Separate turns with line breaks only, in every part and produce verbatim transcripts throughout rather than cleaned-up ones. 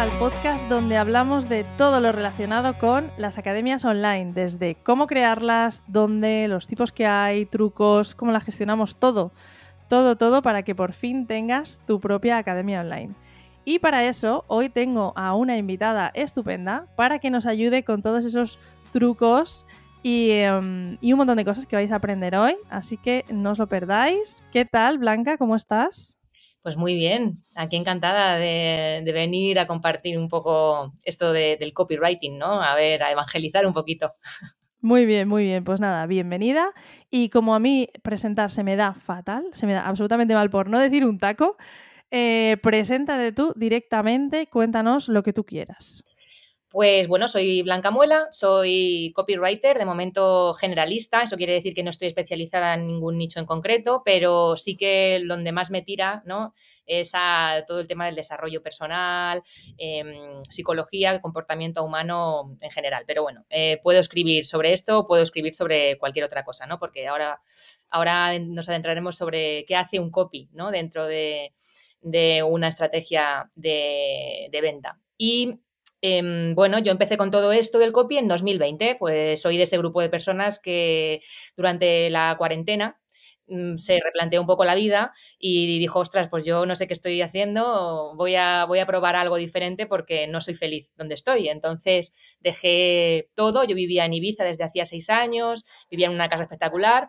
al podcast donde hablamos de todo lo relacionado con las academias online, desde cómo crearlas, dónde, los tipos que hay, trucos, cómo las gestionamos, todo, todo, todo para que por fin tengas tu propia academia online. Y para eso hoy tengo a una invitada estupenda para que nos ayude con todos esos trucos y, um, y un montón de cosas que vais a aprender hoy, así que no os lo perdáis. ¿Qué tal, Blanca? ¿Cómo estás?
Pues muy bien, aquí encantada de, de venir a compartir un poco esto de, del copywriting, ¿no? A ver, a evangelizar un poquito.
Muy bien, muy bien. Pues nada, bienvenida. Y como a mí presentar se me da fatal, se me da absolutamente mal por no decir un taco, eh, preséntate tú directamente, cuéntanos lo que tú quieras.
Pues bueno, soy Blanca Muela, soy copywriter, de momento generalista, eso quiere decir que no estoy especializada en ningún nicho en concreto, pero sí que donde más me tira, ¿no?, es a todo el tema del desarrollo personal, eh, psicología, comportamiento humano en general. Pero bueno, eh, puedo escribir sobre esto, puedo escribir sobre cualquier otra cosa, ¿no? Porque ahora, ahora nos adentraremos sobre qué hace un copy, ¿no?, dentro de, de una estrategia de, de venta. Y Eh, bueno, yo empecé con todo esto del copy en dos mil veinte, pues soy de ese grupo de personas que durante la cuarentena mmm, se replanteó un poco la vida y dijo, ostras, pues yo no sé qué estoy haciendo, voy a, voy a probar algo diferente porque no soy feliz donde estoy. Entonces dejé todo, yo vivía en Ibiza desde hacía seis años, vivía en una casa espectacular,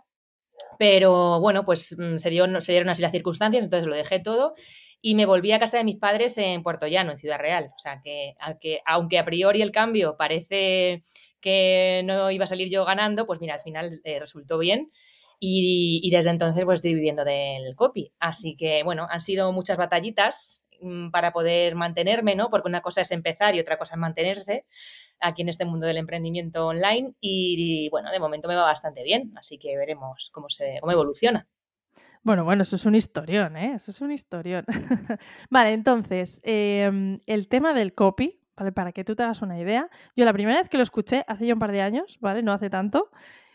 pero bueno, pues se, dio, se dieron así las circunstancias, entonces lo dejé todo y me volví a casa de mis padres en Puerto Llano, en Ciudad Real. O sea, que, que aunque a priori el cambio parece que no iba a salir yo ganando, pues mira, al final eh, resultó bien. Y, y desde entonces pues estoy viviendo del copy. Así que bueno, han sido muchas batallitas mmm, para poder mantenerme, ¿no? Porque una cosa es empezar y otra cosa es mantenerse aquí en este mundo del emprendimiento online y, y bueno, de momento me va bastante bien, así que veremos cómo, se, cómo evoluciona.
Bueno, bueno, eso es un historión, ¿eh? Eso es un historión. Vale, entonces, eh, el tema del copy, ¿vale? Para que tú te hagas una idea, yo la primera vez que lo escuché, hace ya un par de años, ¿vale? No hace tanto,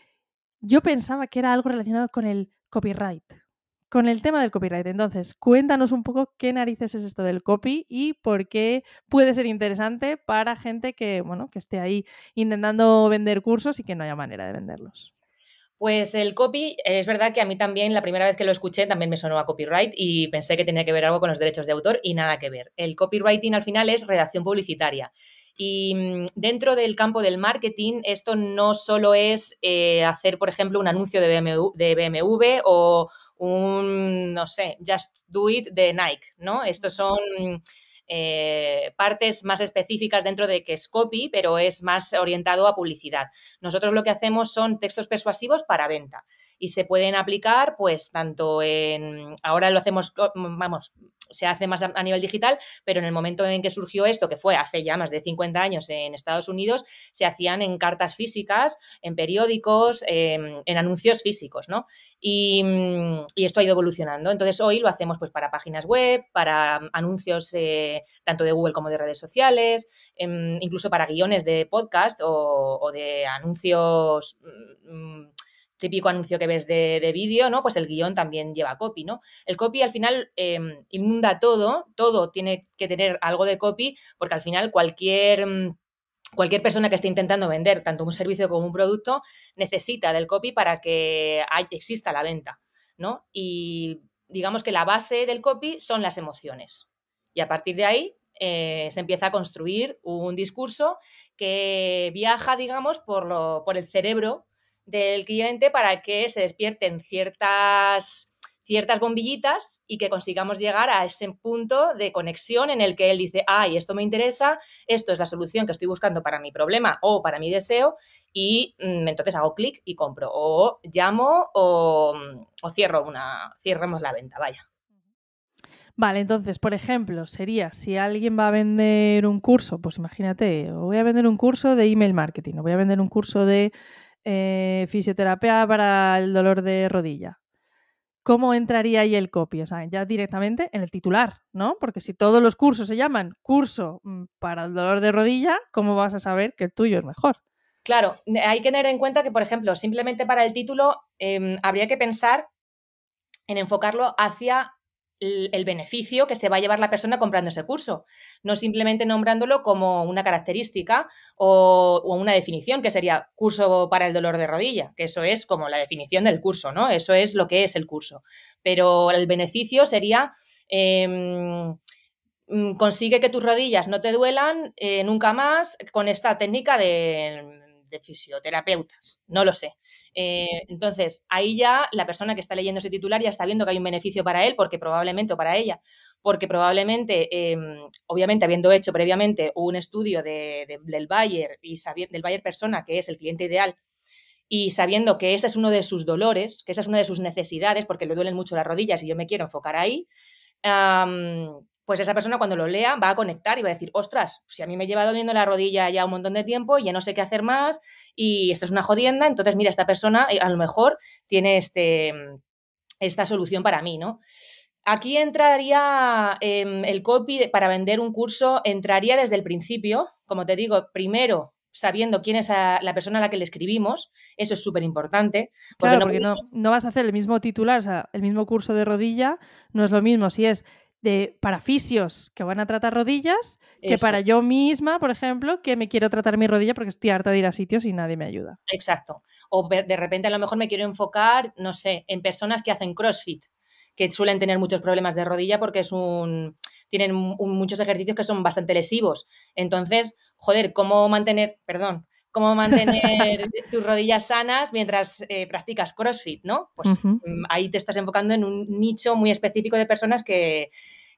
yo pensaba que era algo relacionado con el copyright, con el tema del copyright. Entonces, cuéntanos un poco qué narices es esto del copy y por qué puede ser interesante para gente que, bueno, que esté ahí intentando vender cursos y que no haya manera de venderlos.
Pues el copy, es verdad que a mí también, la primera vez que lo escuché, también me sonó a copyright y pensé que tenía que ver algo con los derechos de autor y nada que ver. El copywriting al final es redacción publicitaria. Y dentro del campo del marketing, esto no solo es eh, hacer, por ejemplo, un anuncio de B M W, de B M W o un, no sé, Just Do It de Nike, ¿no? Estos son eh, partes más específicas dentro de que es copy, pero es más orientado a publicidad. Nosotros lo que hacemos son textos persuasivos para venta y se pueden aplicar pues tanto en, ahora lo hacemos, vamos, se hace más a, a nivel digital, pero en el momento en que surgió esto, que fue hace ya más de cincuenta años en Estados Unidos, se hacían en cartas físicas, en periódicos, eh, en anuncios físicos, ¿no? Y, y, esto ha ido evolucionando. Entonces hoy lo hacemos pues para páginas web, para anuncios eh, tanto de Google como de redes sociales, eh, incluso para guiones de podcast o, o de anuncios mmm, típico anuncio que ves de, de vídeo, ¿no? Pues el guión también lleva copy, ¿no? El copy al final eh, inunda todo, todo tiene que tener algo de copy, porque al final cualquier, cualquier persona que esté intentando vender tanto un servicio como un producto necesita del copy para que hay, exista la venta, ¿no? Y digamos que la base del copy son las emociones. Y a partir de ahí eh, se empieza a construir un discurso que viaja, digamos, por, lo, por el cerebro del cliente para que se despierten ciertas, ciertas bombillitas y que consigamos llegar a ese punto de conexión en el que él dice, ay, esto me interesa, esto es la solución que estoy buscando para mi problema o para mi deseo y mmm, entonces hago clic y compro o llamo o, o cierro una, cierramos la venta, vaya.
Vale, entonces, por ejemplo, sería si alguien va a vender un curso, pues imagínate, voy a vender un curso de email marketing, o voy a vender un curso de eh, fisioterapia para el dolor de rodilla. ¿Cómo entraría ahí el copy? O sea, ya directamente en el titular, ¿no? Porque si todos los cursos se llaman curso para el dolor de rodilla, ¿cómo vas a saber que el tuyo es mejor?
Claro, hay que tener en cuenta que, por ejemplo, simplemente para el título eh, habría que pensar en enfocarlo hacia el, el beneficio que se va a llevar la persona comprando ese curso, no simplemente nombrándolo como una característica o, o una definición, que sería curso para el dolor de rodilla, que eso es como la definición del curso, ¿no? Eso es lo que es el curso. Pero el beneficio sería... Eh, consigue que tus rodillas no te duelan eh, nunca más con esta técnica de, de fisioterapeutas, no lo sé. Eh, entonces, ahí ya la persona que está leyendo ese titular ya está viendo que hay un beneficio para él, porque probablemente, o para ella, porque probablemente, eh, obviamente, habiendo hecho previamente un estudio de, de, del buyer y sabiendo, del buyer persona, que es el cliente ideal, y sabiendo que ese es uno de sus dolores, que esa es una de sus necesidades, porque le duelen mucho las rodillas y yo me quiero enfocar ahí, um, pues esa persona cuando lo lea va a conectar y va a decir, ostras, si a mí me lleva doliendo la rodilla ya un montón de tiempo y ya no sé qué hacer más y esto es una jodienda, entonces mira, esta persona a lo mejor tiene este, esta solución para mí, ¿no? Aquí entraría eh, el copy para vender un curso, entraría desde el principio, como te digo, primero sabiendo quién es a la persona a la que le escribimos, eso es súper importante.
Claro,
no
porque no,
podemos...
no vas a hacer el mismo titular, o sea, el mismo curso de rodilla, no es lo mismo si es de para fisios que van a tratar rodillas que
Eso.
para yo misma, por ejemplo, que me quiero tratar mi rodilla porque estoy harta de ir a sitios y nadie me ayuda.
Exacto. O de repente a lo mejor me quiero enfocar, no sé, en personas que hacen CrossFit, que suelen tener muchos problemas de rodilla porque es un, tienen un, muchos ejercicios que son bastante lesivos. Entonces, joder, ¿cómo mantener, perdón, cómo mantener tus rodillas sanas mientras eh, practicas CrossFit, ¿no? Pues
Uh-huh.
ahí te estás enfocando en un nicho muy específico de personas que,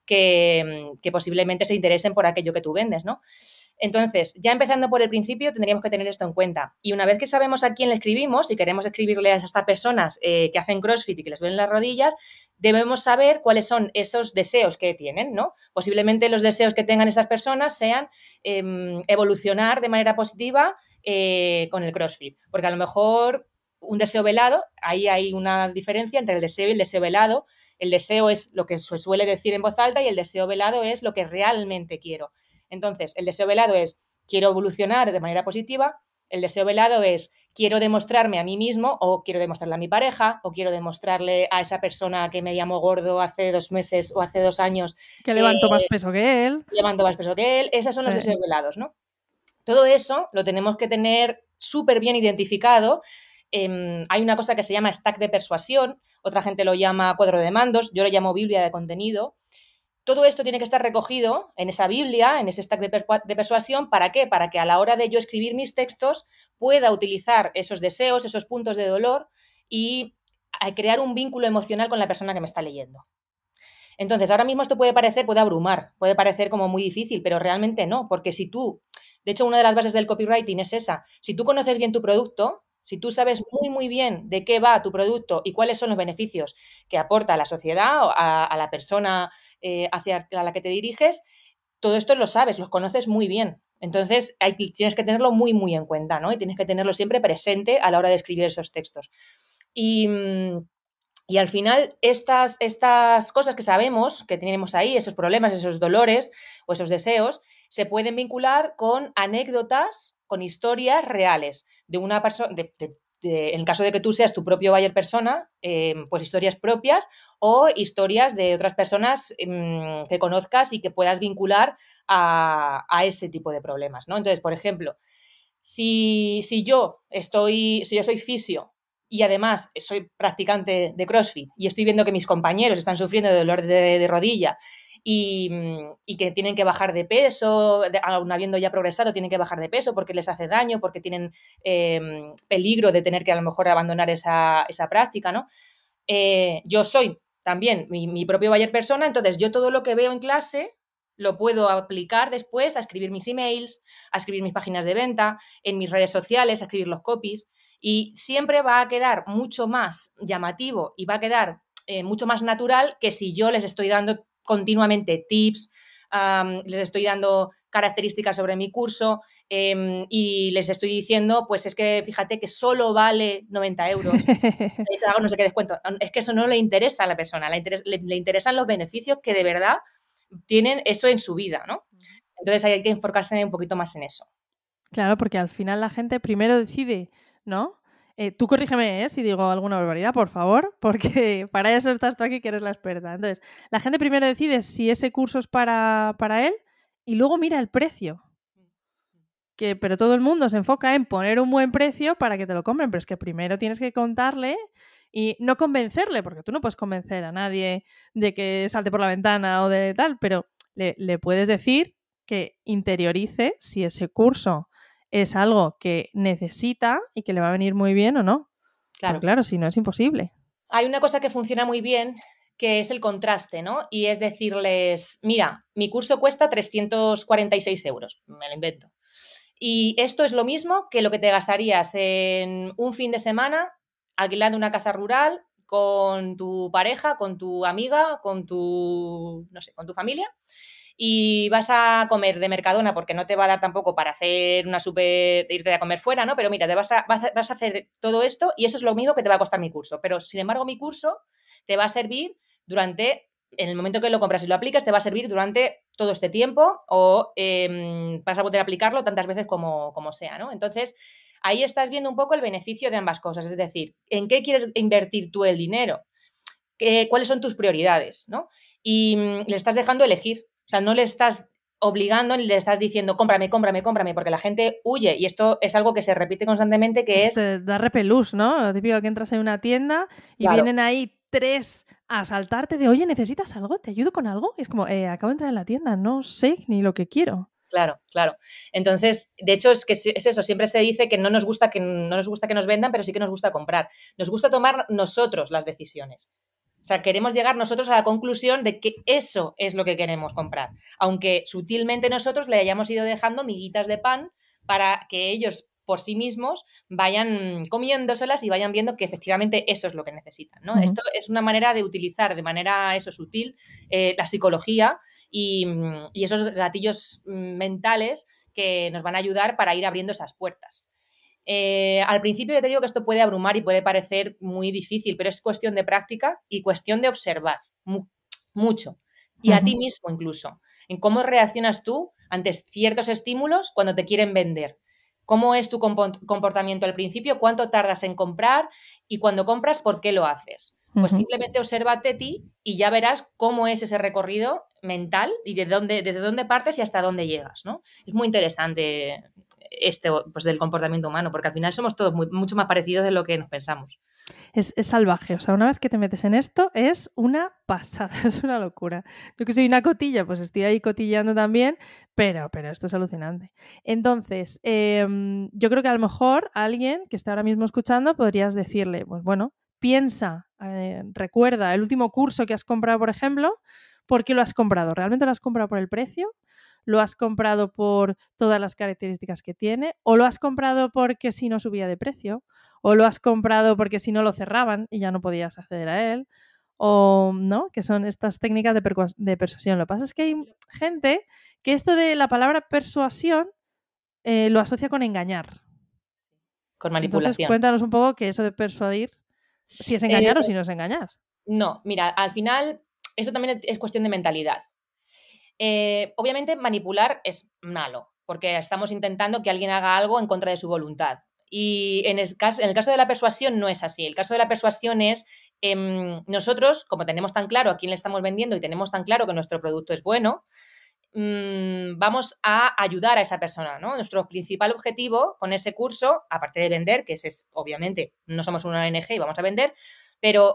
que, que posiblemente se interesen por aquello que tú vendes, ¿no? Entonces, ya empezando por el principio, tendríamos que tener esto en cuenta. Y una vez que sabemos a quién le escribimos y queremos escribirle a estas personas eh, que hacen CrossFit y que les duelen las rodillas, debemos saber cuáles son esos deseos que tienen, ¿no? Posiblemente los deseos que tengan estas personas sean eh, evolucionar de manera positiva eh, con el CrossFit. Porque a lo mejor un deseo velado, ahí hay una diferencia entre el deseo y el deseo velado. El deseo es lo que se suele decir en voz alta y el deseo velado es lo que realmente quiero. Entonces, el deseo velado es quiero evolucionar de manera positiva, el deseo velado es quiero demostrarme a mí mismo o quiero demostrarle a mi pareja o quiero demostrarle a esa persona que me llamó gordo hace dos meses o hace dos años
que
que
levanto más peso que él.
levanto más peso que él. Esos son los
Sí.
deseos velados, ¿no? Todo eso lo tenemos que tener súper bien identificado. Eh, hay una cosa que se llama stack de persuasión, otra gente lo llama cuadro de mandos, yo lo llamo Biblia de contenido. Todo esto tiene que estar recogido en esa Biblia, en ese stack de, persu- de, persuasión. ¿Para qué? Para que a la hora de yo escribir mis textos pueda utilizar esos deseos, esos puntos de dolor y crear un vínculo emocional con la persona que me está leyendo. Entonces, ahora mismo esto puede parecer, puede abrumar, puede parecer como muy difícil, pero realmente no, porque si tú, de hecho, una de las bases del copywriting es esa, si tú conoces bien tu producto, si tú sabes muy, muy bien de qué va tu producto y cuáles son los beneficios que aporta a la sociedad o a, a la persona eh, hacia la que te diriges, todo esto lo sabes, los conoces muy bien. Entonces, hay, tienes que tenerlo muy, muy en cuenta, ¿no? Y tienes que tenerlo siempre presente a la hora de escribir esos textos. Y, y al final, estas, estas cosas que sabemos, que tenemos ahí, esos problemas, esos dolores o esos deseos, se pueden vincular con anécdotas, con historias reales de una persona, de, de, de, en el caso de que tú seas tu propio buyer persona, eh, pues historias propias o historias de otras personas eh, que conozcas y que puedas vincular a, a ese tipo de problemas, ¿no? Entonces, por ejemplo, si, si yo estoy, si yo soy fisio y además soy practicante de CrossFit y estoy viendo que mis compañeros están sufriendo de dolor de, de rodilla y, y, que tienen que bajar de peso, de, aun habiendo ya progresado, tienen que bajar de peso porque les hace daño, porque tienen eh, peligro de tener que a lo mejor abandonar esa, esa práctica, ¿no? Eh, yo soy también mi, mi propio buyer persona, entonces yo todo lo que veo en clase lo puedo aplicar después a escribir mis emails, a escribir mis páginas de venta, en mis redes sociales, a escribir los copies y siempre va a quedar mucho más llamativo y va a quedar eh, mucho más natural que si yo les estoy dando continuamente tips, um, les estoy dando características sobre mi curso eh, y les estoy diciendo, pues es que fíjate que solo vale noventa euros. Hago no sé qué descuento. Es que eso no le interesa a la persona, le, interes, le, le interesan los beneficios que de verdad tienen eso en su vida, ¿no? Entonces hay que enfocarse un poquito más en eso.
Claro, porque al final la gente primero decide, ¿no? Eh, tú corrígeme, ¿eh? Si digo alguna barbaridad, por favor, porque para eso estás tú aquí, que eres la experta. Entonces, la gente primero decide si ese curso es para, para él y luego mira el precio. Que, pero todo el mundo se enfoca en poner un buen precio para que te lo compren, pero es que primero tienes que contarle y no convencerle, porque tú no puedes convencer a nadie de que salte por la ventana o de tal, pero le, le puedes decir que interiorice si ese curso es algo que necesita y que le va a venir muy bien o no. Porque
Claro.
claro, si no es imposible.
Hay una cosa que funciona muy bien, que es el contraste, ¿no? Y es decirles, mira, mi curso cuesta trescientos cuarenta y seis euros, me lo invento. Y esto es lo mismo que lo que te gastarías en un fin de semana alquilando una casa rural con tu pareja, con tu amiga, con tu, no sé, con tu familia, y vas a comer de Mercadona porque no te va a dar tampoco para hacer una super, irte a comer fuera, ¿no? Pero mira, te vas a, vas a hacer todo esto y eso es lo mismo que te va a costar mi curso. Pero, sin embargo, mi curso te va a servir durante, en el momento que lo compras y lo aplicas, te va a servir durante todo este tiempo o eh, vas a poder aplicarlo tantas veces como, como sea, ¿no? Entonces, ahí estás viendo un poco el beneficio de ambas cosas, es decir, ¿en qué quieres invertir tú el dinero? ¿Qué, ¿Cuáles son tus prioridades? ¿No? Y mm, le estás dejando elegir, o sea, no le estás obligando ni le estás diciendo cómprame, cómprame, cómprame, porque la gente huye y esto es algo que se repite constantemente, que es...
Te da repelús, ¿no? Lo típico que entras en una tienda y
Claro,
vienen ahí tres a asaltarte de, oye, ¿necesitas algo? ¿Te ayudo con algo? Y es como, eh, acabo de entrar en la tienda, no sé ni lo que quiero.
claro, claro. Entonces, de hecho, es que es eso, siempre se dice que no nos gusta que no nos gusta que nos vendan, pero sí que nos gusta comprar. Nos gusta tomar nosotros las decisiones. O sea, queremos llegar nosotros a la conclusión de que eso es lo que queremos comprar, aunque sutilmente nosotros le hayamos ido dejando miguitas de pan para que ellos por sí mismos vayan comiéndoselas y vayan viendo que efectivamente eso es lo que necesitan, ¿no?
Uh -huh.
Esto es una manera de utilizar de manera eso sutil eh, la psicología y, y esos gatillos mentales que nos van a ayudar para ir abriendo esas puertas. Eh, al principio yo te digo que esto puede abrumar y puede parecer muy difícil, pero es cuestión de práctica y cuestión de observar mu mucho. Y
Uh
a
-huh.
ti mismo incluso, en cómo reaccionas tú ante ciertos estímulos cuando te quieren vender. ¿Cómo es tu comportamiento al principio? ¿Cuánto tardas en comprar? Y cuando compras, ¿por qué lo haces?
Uh
Pues
-huh.
simplemente obsérvate a ti y ya verás cómo es ese recorrido mental y de dónde, desde dónde partes y hasta dónde llegas, ¿no? Es muy interesante este, pues, del comportamiento humano, porque al final somos todos muy, mucho más parecidos de lo que nos pensamos.
Es, es salvaje, o sea, una vez que te metes en esto es una pasada, es una locura. Yo que soy una cotilla, pues estoy ahí cotilleando también, pero, pero esto es alucinante. Entonces, eh, yo creo que a lo mejor a alguien que está ahora mismo escuchando podrías decirle, pues bueno, piensa, eh, recuerda el último curso que has comprado, por ejemplo, ¿por qué lo has comprado? ¿Realmente lo has comprado por el precio? ¿Lo has comprado por todas las características que tiene? ¿O lo has comprado porque si no subía de precio? ¿O lo has comprado porque si no lo cerraban y ya no podías acceder a él? O no, que son estas técnicas de, de persuasión. Lo que pasa es que hay gente que esto de la palabra persuasión eh, lo asocia con engañar.
Con
Entonces,
manipulación.
cuéntanos un poco qué eso de persuadir, si es
Eh,
engañar o si no es engañar.
no, mira, al final eso también es cuestión de mentalidad. Eh, obviamente manipular es malo, porque estamos intentando que alguien haga algo en contra de su voluntad. Y en el caso, en el caso de la persuasión no es así. El caso de la persuasión es eh, nosotros, como tenemos tan claro a quién le estamos vendiendo y tenemos tan claro que nuestro producto es bueno, mmm, vamos a ayudar a esa persona, ¿no? Nuestro principal objetivo con ese curso, aparte de vender, que ese es obviamente, no somos una O N G y vamos a vender, pero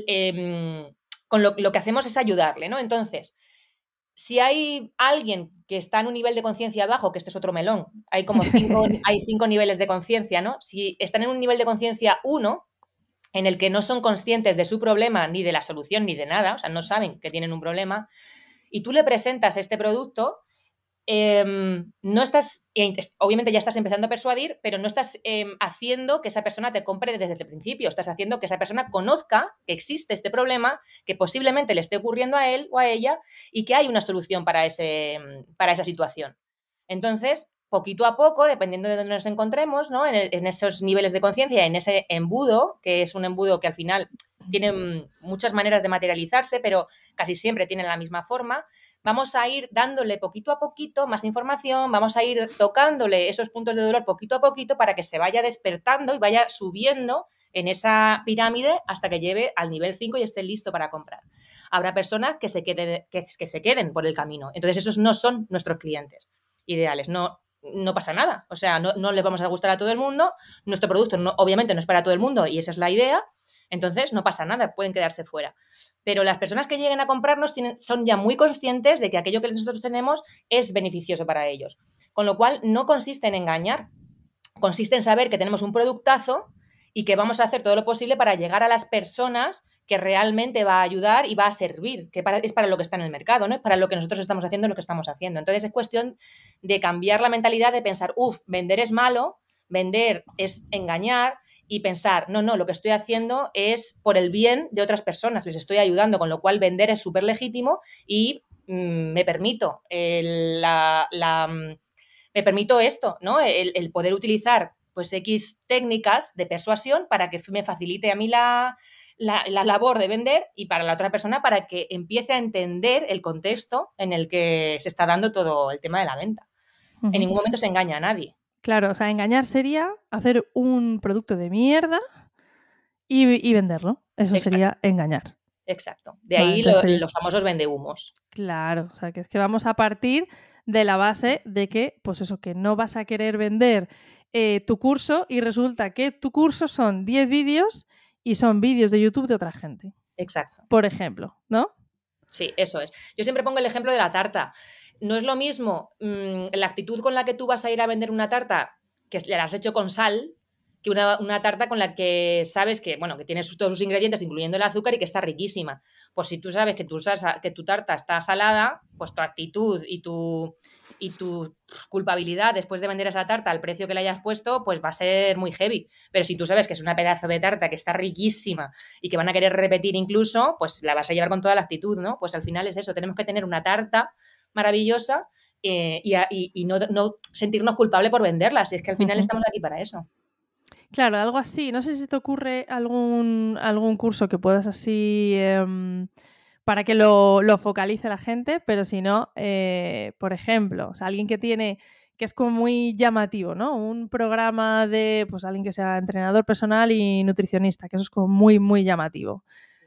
eh, con lo, lo que hacemos es ayudarle, ¿no? Entonces, si hay alguien que está en un nivel de conciencia bajo, que este es otro melón, hay como cinco, hay cinco niveles de conciencia, ¿no? Si están en un nivel de conciencia uno, en el que no son conscientes de su problema, ni de la solución, ni de nada, o sea, no saben que tienen un problema, y tú le presentas este producto, eh, no estás, obviamente ya estás empezando a persuadir, pero no estás eh, haciendo que esa persona te compre desde el principio, estás haciendo que esa persona conozca que existe este problema, que posiblemente le esté ocurriendo a él o a ella y que hay una solución para, ese, para esa situación. Entonces, poquito a poco, dependiendo de dónde nos encontremos, ¿no? en, el, en esos niveles de conciencia, en ese embudo, que es un embudo que al final tiene muchas maneras de materializarse, pero casi siempre tiene la misma forma, vamos a ir dándole poquito a poquito más información, vamos a ir tocándole esos puntos de dolor poquito a poquito para que se vaya despertando y vaya subiendo en esa pirámide hasta que lleve al nivel cinco y esté listo para comprar. Habrá personas que se queden, que, que se queden por el camino. Entonces, esos no son nuestros clientes ideales. No, no pasa nada. O sea, no, no les vamos a gustar a todo el mundo. Nuestro producto no, obviamente no es para todo el mundo y esa es la idea. Entonces, no pasa nada, pueden quedarse fuera. Pero las personas que lleguen a comprarnos tienen, son ya muy conscientes de que aquello que nosotros tenemos es beneficioso para ellos. Con lo cual, no consiste en engañar, consiste en saber que tenemos un productazo y que vamos a hacer todo lo posible para llegar a las personas que realmente va a ayudar y va a servir, que para, es para lo que está en el mercado, ¿no? Es para lo que nosotros estamos haciendo lo que estamos haciendo. Entonces, es cuestión de cambiar la mentalidad de pensar, uff, vender es malo, vender es engañar, y pensar, no, no, lo que estoy haciendo es por el bien de otras personas, les estoy ayudando, con lo cual vender es súper legítimo y mmm, me permito el, la, la, me permito esto, ¿no? El, el, poder utilizar pues X técnicas de persuasión para que me facilite a mí la, la, la labor de vender y para la otra persona para que empiece a entender el contexto en el que se está dando todo el tema de la venta. Uh-huh. En ningún momento se engaña a nadie.
Claro, o sea, engañar sería hacer un producto de mierda y, y venderlo. Eso Exacto. Sería engañar.
Exacto. De ahí vale, lo, sería... los famosos vendehumos.
Claro, o sea, que es que vamos a partir de la base de que, pues eso, que no vas a querer vender eh, tu curso y resulta que tu curso son diez vídeos y son vídeos de YouTube de otra gente.
Exacto.
Por ejemplo, ¿no?
Sí, eso es. Yo siempre pongo el ejemplo de la tarta. No es lo mismo mmm, la actitud con la que tú vas a ir a vender una tarta que la has hecho con sal que una, una tarta con la que sabes que, bueno, que tienes todos sus ingredientes, incluyendo el azúcar, y que está riquísima. Pues si tú sabes que tu, salsa, que tu tarta está salada, pues tu actitud y tu, y tu culpabilidad después de vender esa tarta al precio que le hayas puesto, pues va a ser muy heavy. Pero si tú sabes que es una pedazo de tarta que está riquísima y que van a querer repetir incluso, pues la vas a llevar con toda la actitud, ¿no? Pues al final es eso, tenemos que tener una tarta maravillosa eh, y, y, y no, no sentirnos culpables por venderla, si es que al final uh-huh. estamos aquí para eso.
Claro, algo así. No sé si te ocurre algún, algún curso que puedas así eh, para que lo, lo focalice la gente, pero si no, eh, por ejemplo, o sea, alguien que tiene, que es como muy llamativo, ¿no? Un programa de, pues alguien que sea entrenador personal y nutricionista, que eso es como muy, muy llamativo.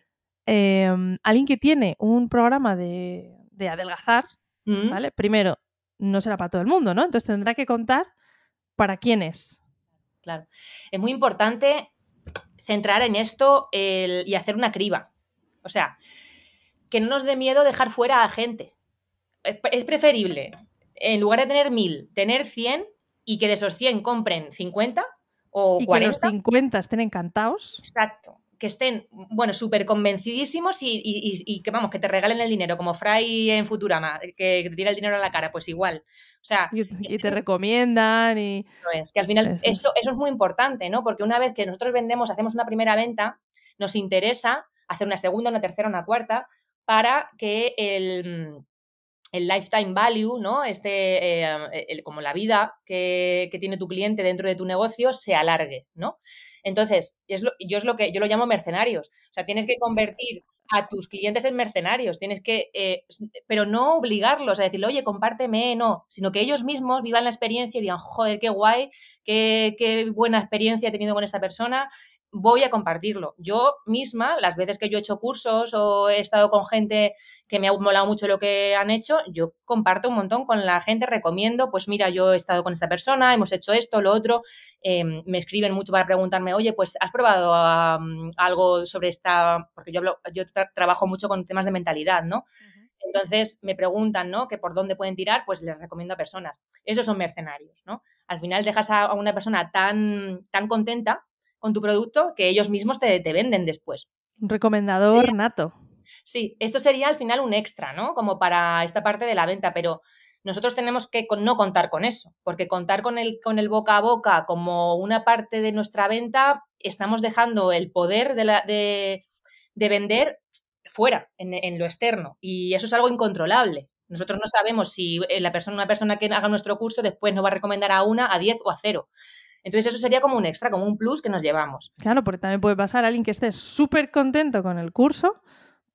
Eh, alguien que tiene un programa de, de adelgazar, ¿Mm? ¿Vale? Primero, no será para todo el mundo, ¿no? Entonces tendrá que contar para quién es.
Claro. Es muy importante centrar en esto el, y hacer una criba. O sea, que no nos dé miedo dejar fuera a gente. Es, es preferible, en lugar de tener mil, tener cien y que de esos cien compren cincuenta o
y
cuarenta.
Y que los cincuenta estén encantados.
Exacto. Que estén, bueno, súper convencidísimos y, y, y, y que, vamos, que te regalen el dinero, como Fry en Futurama, que, que te tira el dinero a la cara, pues igual. O sea...
Y, y te recomiendan y...
Eso es, que al final eso. Eso, eso es muy importante, ¿no? Porque una vez que nosotros vendemos, hacemos una primera venta, nos interesa hacer una segunda, una tercera, una cuarta, para que el... el lifetime value, ¿no? Este, eh, el, como la vida que, que tiene tu cliente dentro de tu negocio se alargue, ¿no? Entonces, es lo, yo es lo que yo lo llamo mercenarios. O sea, tienes que convertir a tus clientes en mercenarios, tienes que, eh, pero no obligarlos a decirle, oye, compárteme, no, sino que ellos mismos vivan la experiencia y digan, joder, qué guay, qué, qué buena experiencia he tenido con esta persona, voy a compartirlo. Yo misma, las veces que yo he hecho cursos o he estado con gente que me ha molado mucho lo que han hecho, yo comparto un montón con la gente, recomiendo, pues mira, yo he estado con esta persona, hemos hecho esto, lo otro, eh, me escriben mucho para preguntarme, oye, pues has probado um, algo sobre esta, porque yo, hablo, yo tra- trabajo mucho con temas de mentalidad, ¿no? Uh-huh. Entonces me preguntan, ¿no? Que por dónde pueden tirar, pues les recomiendo a personas. Esos son mercenarios, ¿no? Al final dejas a una persona tan, tan contenta con tu producto que ellos mismos te, te venden después.
Un recomendador
sí.
nato.
Sí, esto sería al final un extra, ¿no? Como para esta parte de la venta, pero nosotros tenemos que no contar con eso, porque contar con el, con el boca a boca como una parte de nuestra venta, estamos dejando el poder de, la, de, de vender fuera, en, en lo externo, y eso es algo incontrolable. Nosotros no sabemos si la persona, una persona que haga nuestro curso después nos va a recomendar a una, a diez o a cero. Entonces eso sería como un extra, como un plus que nos llevamos.
Claro, porque también puede pasar a alguien que esté súper contento con el curso,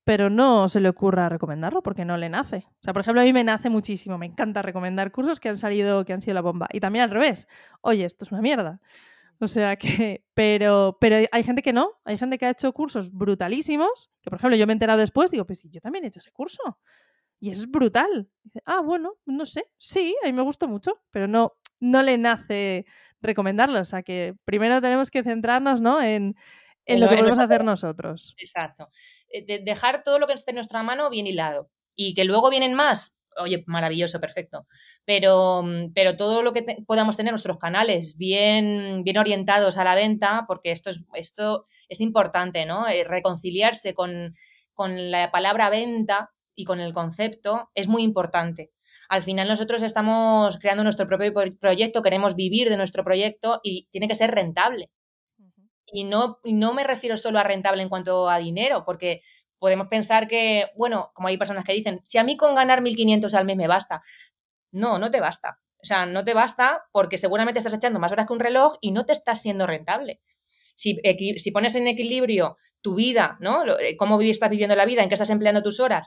pero no se le ocurra recomendarlo porque no le nace. O sea, por ejemplo, a mí me nace muchísimo, me encanta recomendar cursos que han salido, que han sido la bomba. Y también al revés, oye, esto es una mierda. O sea que, pero, pero hay gente que no, hay gente que ha hecho cursos brutalísimos, que por ejemplo yo me he enterado después, digo, pues sí, yo también he hecho ese curso. Y eso es brutal. Dice, ah, bueno, no sé, sí, a mí me gustó mucho, pero no, no le nace recomendarlo. O sea que primero tenemos que centrarnos, ¿no? en, en lo
En,
que
en
podemos
nuestras
hacer nosotros.
Exacto. Eh, de- dejar todo lo que esté en nuestra mano bien hilado. Y que luego vienen más, oye, maravilloso, perfecto. Pero, mm, pero todo lo que te- podamos tener nuestros canales bien, bien orientados a la venta, porque esto es, esto es importante, ¿no? Eh, reconciliarse con, con la palabra venta y con el concepto es muy importante. Al final nosotros estamos creando nuestro propio pro- proyecto, queremos vivir de nuestro proyecto y tiene que ser rentable. Y no, y no me refiero solo a rentable en cuanto a dinero, porque podemos pensar que, bueno, como hay personas que dicen, si a mí con ganar mil quinientos al mes me basta. No, no te basta. O sea, no te basta porque seguramente estás echando más horas que un reloj y no te estás siendo rentable. Si, equi- si pones en equilibrio tu vida, ¿no? Lo- eh, Cómo vi- estás viviendo la vida, en qué estás empleando tus horas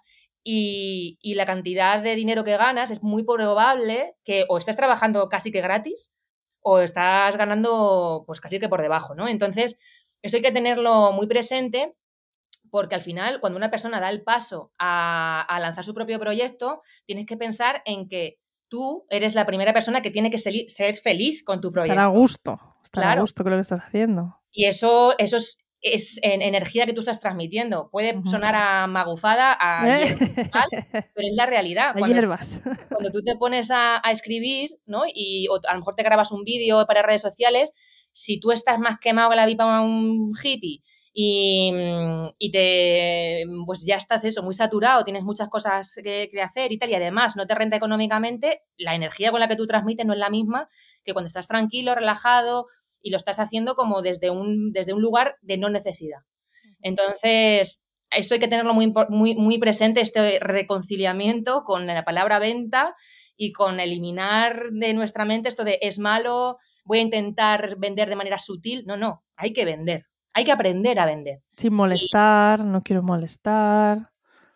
y, y la cantidad de dinero que ganas, es muy probable que o estés trabajando casi que gratis o estás ganando pues casi que por debajo, ¿no? Entonces, eso hay que tenerlo muy presente porque al final, cuando una persona da el paso a, a lanzar su propio proyecto, tienes que pensar en que tú eres la primera persona que tiene que ser, ser feliz con tu
Estar a
proyecto.
gusto, estar a
Claro.
gusto con lo que estás haciendo.
Y eso, eso es, es en energía que tú estás transmitiendo. Puede
Ujú.
sonar a magufada, a hierbas, mal, pero es la realidad.
A
Cuando
hierbas.
cuando tú te pones a, a escribir, ¿no? Y o a lo mejor te grabas un vídeo para redes sociales, si tú estás más quemado que la vipa de un hippie y, y te, pues ya estás eso, muy saturado, tienes muchas cosas que, que hacer y tal, y además no te renta económicamente, la energía con la que tú transmites no es la misma que cuando estás tranquilo, relajado y lo estás haciendo como desde un, desde un lugar de no necesidad. Entonces, esto hay que tenerlo muy, muy, muy presente, este reconciliamiento con la palabra venta y con eliminar de nuestra mente esto de es malo, voy a intentar vender de manera sutil. No, no, hay que vender, hay que aprender a vender.
Sin
Y
molestar, no quiero molestar.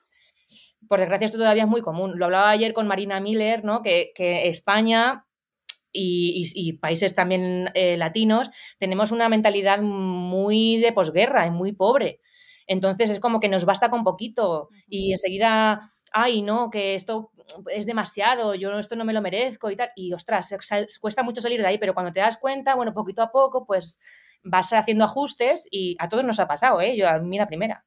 por desgracia esto todavía es muy común. Lo hablaba ayer con Marina Miller, ¿no? Que, que España y, y, y, países también eh, latinos tenemos una mentalidad muy de posguerra y muy pobre. Entonces es como que nos basta con poquito y enseguida, ay, no, que esto es demasiado, yo esto no me lo merezco y tal. Y ostras, cuesta mucho salir de ahí, pero cuando te das cuenta, bueno, poquito a poco, pues vas haciendo ajustes y a todos nos ha pasado, ¿eh? Yo a mí la primera.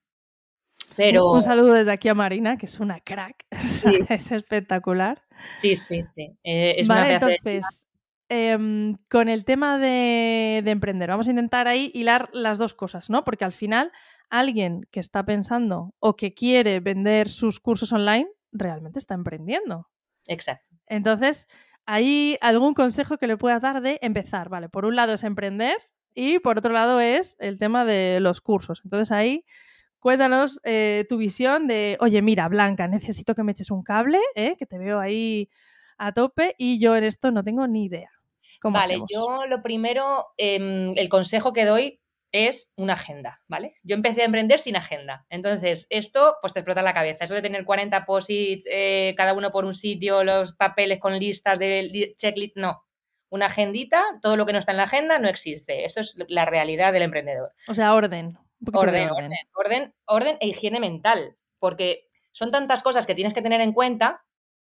Un,
Pero
un saludo desde aquí a Marina, que es una crack. O sea,
sí,
es espectacular.
sí, sí, sí. Eh, es una
Vale,
pedazo de...
entonces, em, con el tema de, de emprender, vamos a intentar ahí hilar las dos cosas, ¿no? Porque al final, alguien que está pensando o que quiere vender sus cursos online, realmente está emprendiendo.
Exacto.
Entonces, ¿hay algún consejo que le puedas dar de empezar? Vale, por un lado es emprender y por otro lado es el tema de los cursos. Entonces ahí cuéntanos eh, tu visión de, oye, mira, Blanca, necesito que me eches un cable, ¿eh? Que te veo ahí a tope y yo en esto no tengo ni idea. ¿Cómo
Vale,
hacemos?
yo lo primero, eh, el consejo que doy es una agenda, ¿vale? Yo empecé a emprender sin agenda. Entonces, esto pues te explota la cabeza. Eso de tener cuarenta posits, eh, cada uno por un sitio, los papeles con listas de checklist, no. Una agendita, todo lo que no está en la agenda no existe. Eso es la realidad del emprendedor.
O sea, orden, un poquito de
Orden,
orden.
orden, orden, orden e higiene mental, porque son tantas cosas que tienes que tener en cuenta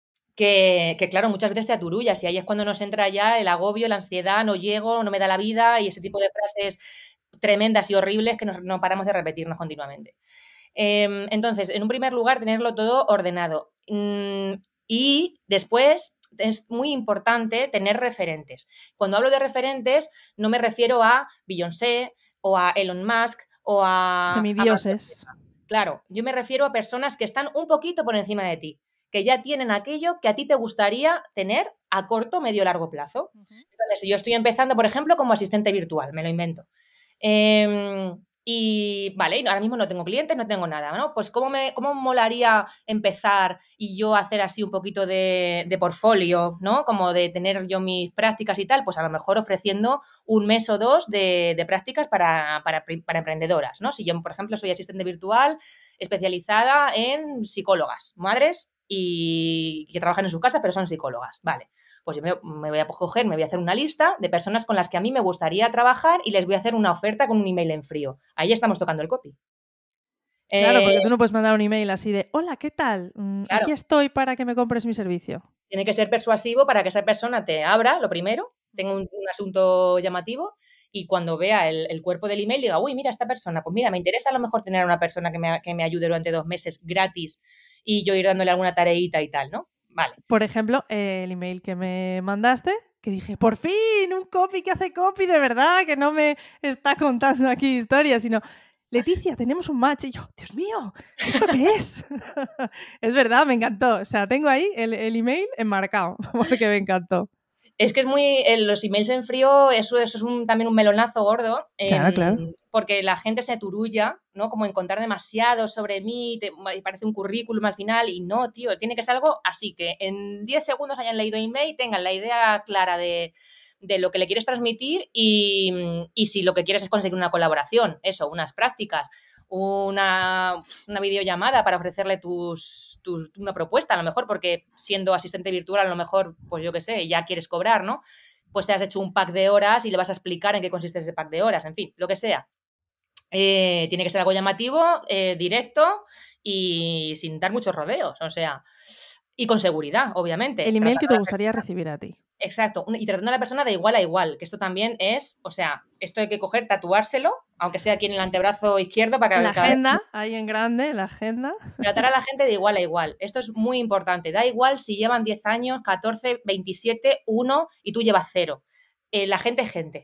que, que, claro, muchas veces te aturullas y ahí es cuando nos entra ya el agobio, la ansiedad, no llego, no me da la vida y ese tipo de frases tremendas y horribles que nos, no paramos de repetirnos continuamente. Eh, entonces, en un primer lugar, tenerlo todo ordenado. Mm, y después es muy importante tener referentes. Cuando hablo de referentes, no me refiero a Beyoncé o a Elon Musk o a Amancio
Semidioses.
Ortega. Claro, yo me refiero a personas que están un poquito por encima de ti, que ya tienen aquello que a ti te gustaría tener a corto, medio, largo plazo. Entonces, si yo estoy empezando, por ejemplo, como asistente virtual, me lo invento. Eh, Y vale, ahora mismo no tengo clientes, no tengo nada, ¿no? Pues ¿cómo me cómo molaría empezar y yo hacer así un poquito de, de portfolio, ¿no? Como de tener yo mis prácticas y tal, pues a lo mejor ofreciendo un mes o dos de, de prácticas para, para, para emprendedoras, ¿no? Si yo, por ejemplo, soy asistente virtual especializada en psicólogas, madres y que trabajan en su casa, pero son psicólogas, vale. Pues yo me, me, voy a coger, me voy a hacer una lista de personas con las que a mí me gustaría trabajar y les voy a hacer una oferta con un email en frío. Ahí ya estamos tocando el copy.
Claro,
Eh,
porque tú no puedes mandar un email así de, hola, ¿qué tal? Mm, aquí
claro,
estoy para que me compres mi servicio.
tiene que ser persuasivo para que esa persona te abra, lo primero, tenga un, un asunto llamativo y cuando vea el, el, cuerpo del email diga, uy, mira, esta persona, pues mira, me interesa a lo mejor tener a una persona que me, que me ayude durante dos meses gratis y yo ir dándole alguna tareita y tal, ¿no? Vale.
Por ejemplo, eh, el email que me mandaste, que dije, por fin, un copy que hace copy de verdad, que no me está contando aquí historias, sino, Leticia, tenemos un match. Y yo, Dios mío, ¿esto qué es? Es verdad, me encantó. O sea, tengo ahí el, el email enmarcado, porque me encantó.
Es que es muy. Eh, los emails en frío, eso, eso es un, también un melonazo gordo,
Claro,
eh,
claro.
porque la gente se turulla, ¿no? Como en contar demasiado sobre mí, te, parece un currículum al final, y no, tío, tiene que ser algo así, que en diez segundos hayan leído email, tengan la idea clara de, de lo que le quieres transmitir y, y si lo que quieres es conseguir una colaboración, eso, unas prácticas, una, una videollamada para ofrecerle tus, tus, una propuesta, a lo mejor porque siendo asistente virtual, a lo mejor, pues yo qué sé, ya quieres cobrar, ¿no? Pues te has hecho un pack de horas y le vas a explicar en qué consiste ese pack de horas, en fin, lo que sea. Eh, tiene que ser algo llamativo, eh, directo y sin dar muchos rodeos, o sea, y con seguridad, obviamente.
El email que
Tratando
te
a la
gustaría
persona.
recibir a ti.
Exacto, y tratando a la persona de igual a igual, que esto también es, o sea, esto hay que coger, tatuárselo, aunque sea aquí en el antebrazo izquierdo, para
En la
que cada vez
agenda, ahí en grande, la agenda.
tratar a la gente de igual a igual. Esto es muy importante. Da igual si llevan diez años, catorce, veintisiete, uno y tú llevas cero. Eh, la gente es gente.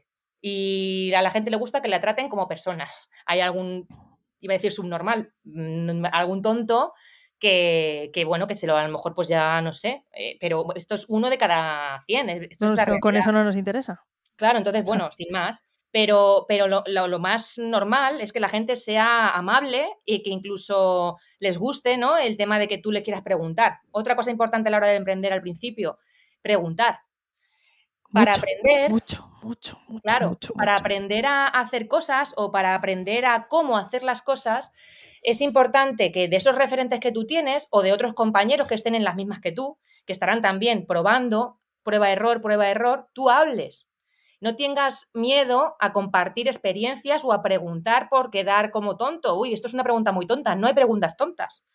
Y a la gente le gusta que la traten como personas. Hay algún, iba a decir subnormal, mmm, algún tonto que, que, bueno, que se lo a lo mejor pues ya no sé, eh, pero esto es uno de cada cien, esto
No,
es
es
la
que con
realidad.
eso no nos interesa.
Claro, entonces, bueno, sin más. Pero, pero lo, lo, lo, más normal es que la gente sea amable y que incluso les guste, ¿no? El tema de que tú le quieras preguntar. Otra cosa importante a la hora de emprender al principio, preguntar. Para
Mucho,
aprender,
mucho, mucho, mucho,
claro,
mucho,
para
mucho.
aprender a hacer cosas o para aprender a cómo hacer las cosas, es importante que de esos referentes que tú tienes o de otros compañeros que estén en las mismas que tú, que estarán también probando, prueba error, prueba error, tú hables. No tengas miedo a compartir experiencias o a preguntar por quedar como tonto. Uy, esto es una pregunta muy tonta. No hay preguntas tontas.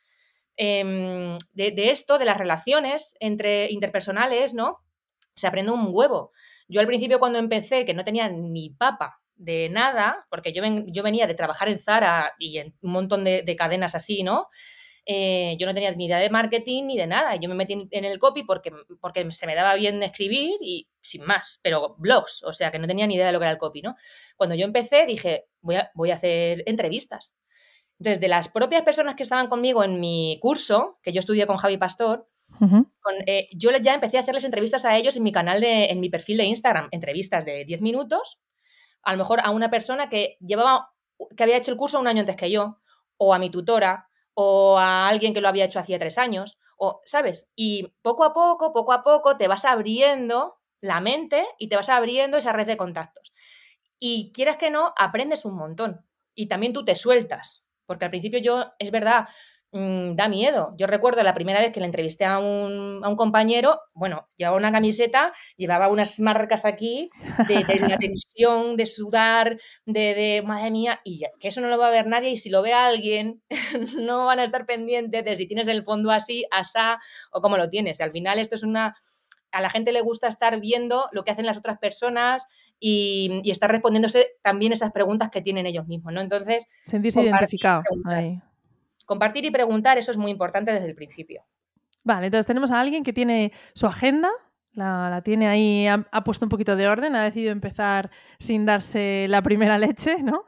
Eh, de, de esto, de las relaciones entre interpersonales, ¿no? Se aprende un huevo. Yo al principio cuando empecé, que no tenía ni papa de nada, porque yo, ven, yo venía de trabajar en Zara y en un montón de, de cadenas así, ¿no? Eh, yo no tenía ni idea de marketing ni de nada. Yo me metí en el copy porque, porque se me daba bien escribir y sin más, pero blogs, o sea que no tenía ni idea de lo que era el copy, ¿no? Cuando yo empecé dije, voy a, voy a hacer entrevistas. Entonces, de las propias personas que estaban conmigo en mi curso, que yo estudié con Javi Pastor,
Uh-huh.
con, eh, yo ya empecé a hacerles entrevistas a ellos en mi canal, de, en mi perfil de Instagram, entrevistas de diez minutos, a lo mejor a una persona que llevaba, que había hecho el curso un año antes que yo, o a mi tutora, o a alguien que lo había hecho hacía tres años, o, ¿sabes? Y poco a poco, poco a poco, te vas abriendo la mente y te vas abriendo esa red de contactos. Y quieras que no, aprendes un montón. Y también tú te sueltas. Porque al principio yo, es verdad, mmm, da miedo. Yo recuerdo la primera vez que le entrevisté a un, a un compañero, bueno, llevaba una camiseta, llevaba unas marcas aquí de, de la tensión, de sudar, de, de madre mía, y ya, que eso no lo va a ver nadie, y si lo ve alguien, no van a estar pendientes de si tienes el fondo así, asá, o cómo lo tienes. Y al final esto es una... A la gente le gusta estar viendo lo que hacen las otras personas y, y estar respondiéndose también esas preguntas que tienen ellos mismos, ¿no? Entonces,
Sentirse
compartir y
identificado
preguntar.
ahí.
Compartir y preguntar, eso es muy importante desde el principio.
Vale, entonces tenemos a alguien que tiene su agenda, la, la tiene ahí, ha, ha puesto un poquito de orden, ha decidido empezar sin darse la primera leche, ¿no?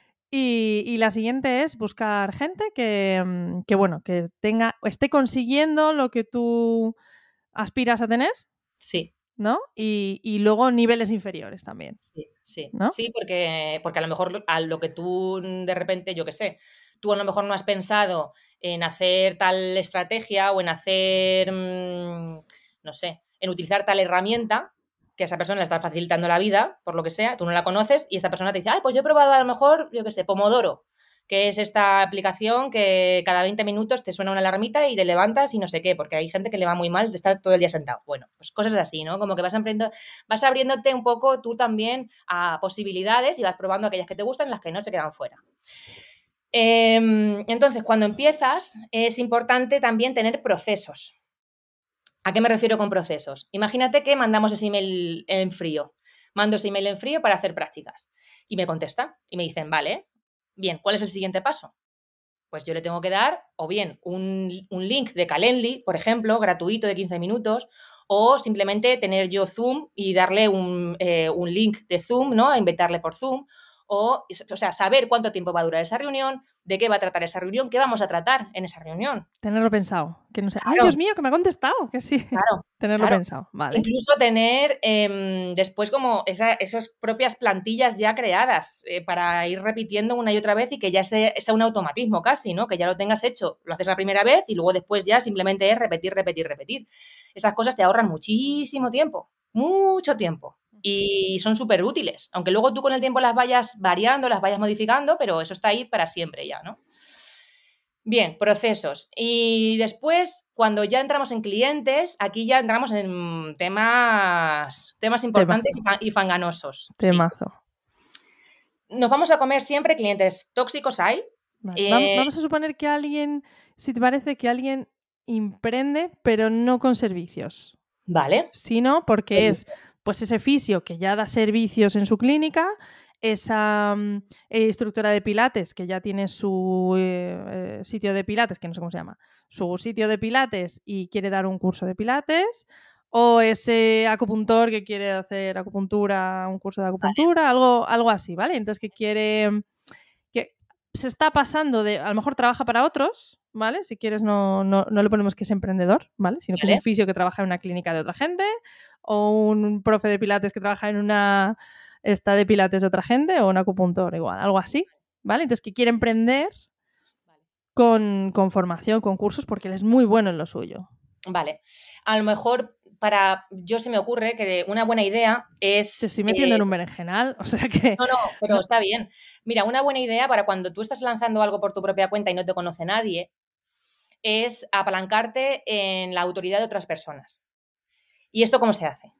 Y, y la siguiente es buscar gente que, que, bueno, que tenga, esté consiguiendo lo que tú aspiras a tener.
Sí.
¿no? Y, y luego niveles inferiores también,
Sí, sí,
¿no?
sí, porque, porque a lo mejor a lo que tú de repente, yo qué sé, tú a lo mejor no has pensado en hacer tal estrategia o en hacer, mmm, no sé, en utilizar tal herramienta que a esa persona le está facilitando la vida, por lo que sea, tú no la conoces y esta persona te dice, ay, pues yo he probado a lo mejor, yo qué sé, Pomodoro, que es esta aplicación que cada veinte minutos te suena una alarmita y te levantas y no sé qué, porque hay gente que le va muy mal de estar todo el día sentado. Bueno, pues cosas así, ¿no? Como que vas aprendiendo, vas abriéndote un poco tú también a posibilidades y vas probando aquellas que te gustan y las que no se quedan fuera. Eh, entonces, cuando empiezas, es importante también tener procesos. ¿A qué me refiero con procesos? Imagínate que mandamos ese email en frío. Mando ese email en frío para hacer prácticas. Y me contestan y me dicen, vale, bien, ¿cuál es el siguiente paso? Pues yo le tengo que dar o bien un, un link de Calendly, por ejemplo, gratuito de quince minutos, o simplemente tener yo Zoom y darle un, eh, un link de Zoom, ¿no? A invitarle por Zoom, o, o sea, saber cuánto tiempo va a durar esa reunión, de qué va a tratar esa reunión, qué vamos a tratar en esa reunión.
Tenerlo pensado. Que no sé, ¡ay,
Claro,
Dios mío, que me ha contestado! Que sí.
claro,
Tenerlo
claro.
pensado, vale.
Incluso tener eh, después como esa, esas propias plantillas ya creadas eh, para ir repitiendo una y otra vez y que ya sea, sea un automatismo casi, ¿no? Que ya lo tengas hecho, lo haces la primera vez y luego después ya simplemente es repetir, repetir, repetir. Esas cosas te ahorran muchísimo tiempo, mucho tiempo. Y son súper útiles, aunque luego tú con el tiempo las vayas variando, las vayas modificando, pero eso está ahí para siempre ya, ¿no? Bien, procesos. Y después, cuando ya entramos en clientes, aquí ya entramos en temas, temas importantes
Temazo,
y, fa- y fanganosos. Sí.
temazo.
Nos vamos a comer siempre clientes tóxicos hay.
Vale. Vam-
Eh,
Vamos a suponer que alguien, si te parece que alguien emprende, pero no con servicios,
vale.
sino
Pues
porque
bien,
es pues ese fisio que ya da servicios en su clínica, esa mm, eh, instructora de pilates que ya tiene su eh, eh, sitio de pilates, que no sé cómo se llama, su sitio de pilates y quiere dar un curso de pilates, o ese acupuntor que quiere hacer acupuntura, un curso de
vale.
acupuntura, algo, algo así, ¿vale? Entonces que quiere que se está pasando de, a lo mejor trabaja para otros, ¿vale? Si quieres no, no, no le ponemos que es emprendedor, ¿vale? Sino que es un
Vale.
fisio que trabaja en una clínica de otra gente o un profe de pilates que trabaja en una esta de pilates de otra gente o un acupuntor igual, algo así, ¿vale? Entonces que quiere emprender con, con formación, con cursos, porque él es muy bueno en lo suyo.
Vale. A lo mejor para, yo se me ocurre que una buena idea
Te
es
estoy metiendo
eh,
en un berenjenal, o sea que...
no, no, pero
No,
está bien. Mira, una buena idea para cuando tú estás lanzando algo por tu propia cuenta y no te conoce nadie es apalancarte en la autoridad de otras personas. ¿Y esto cómo se hace?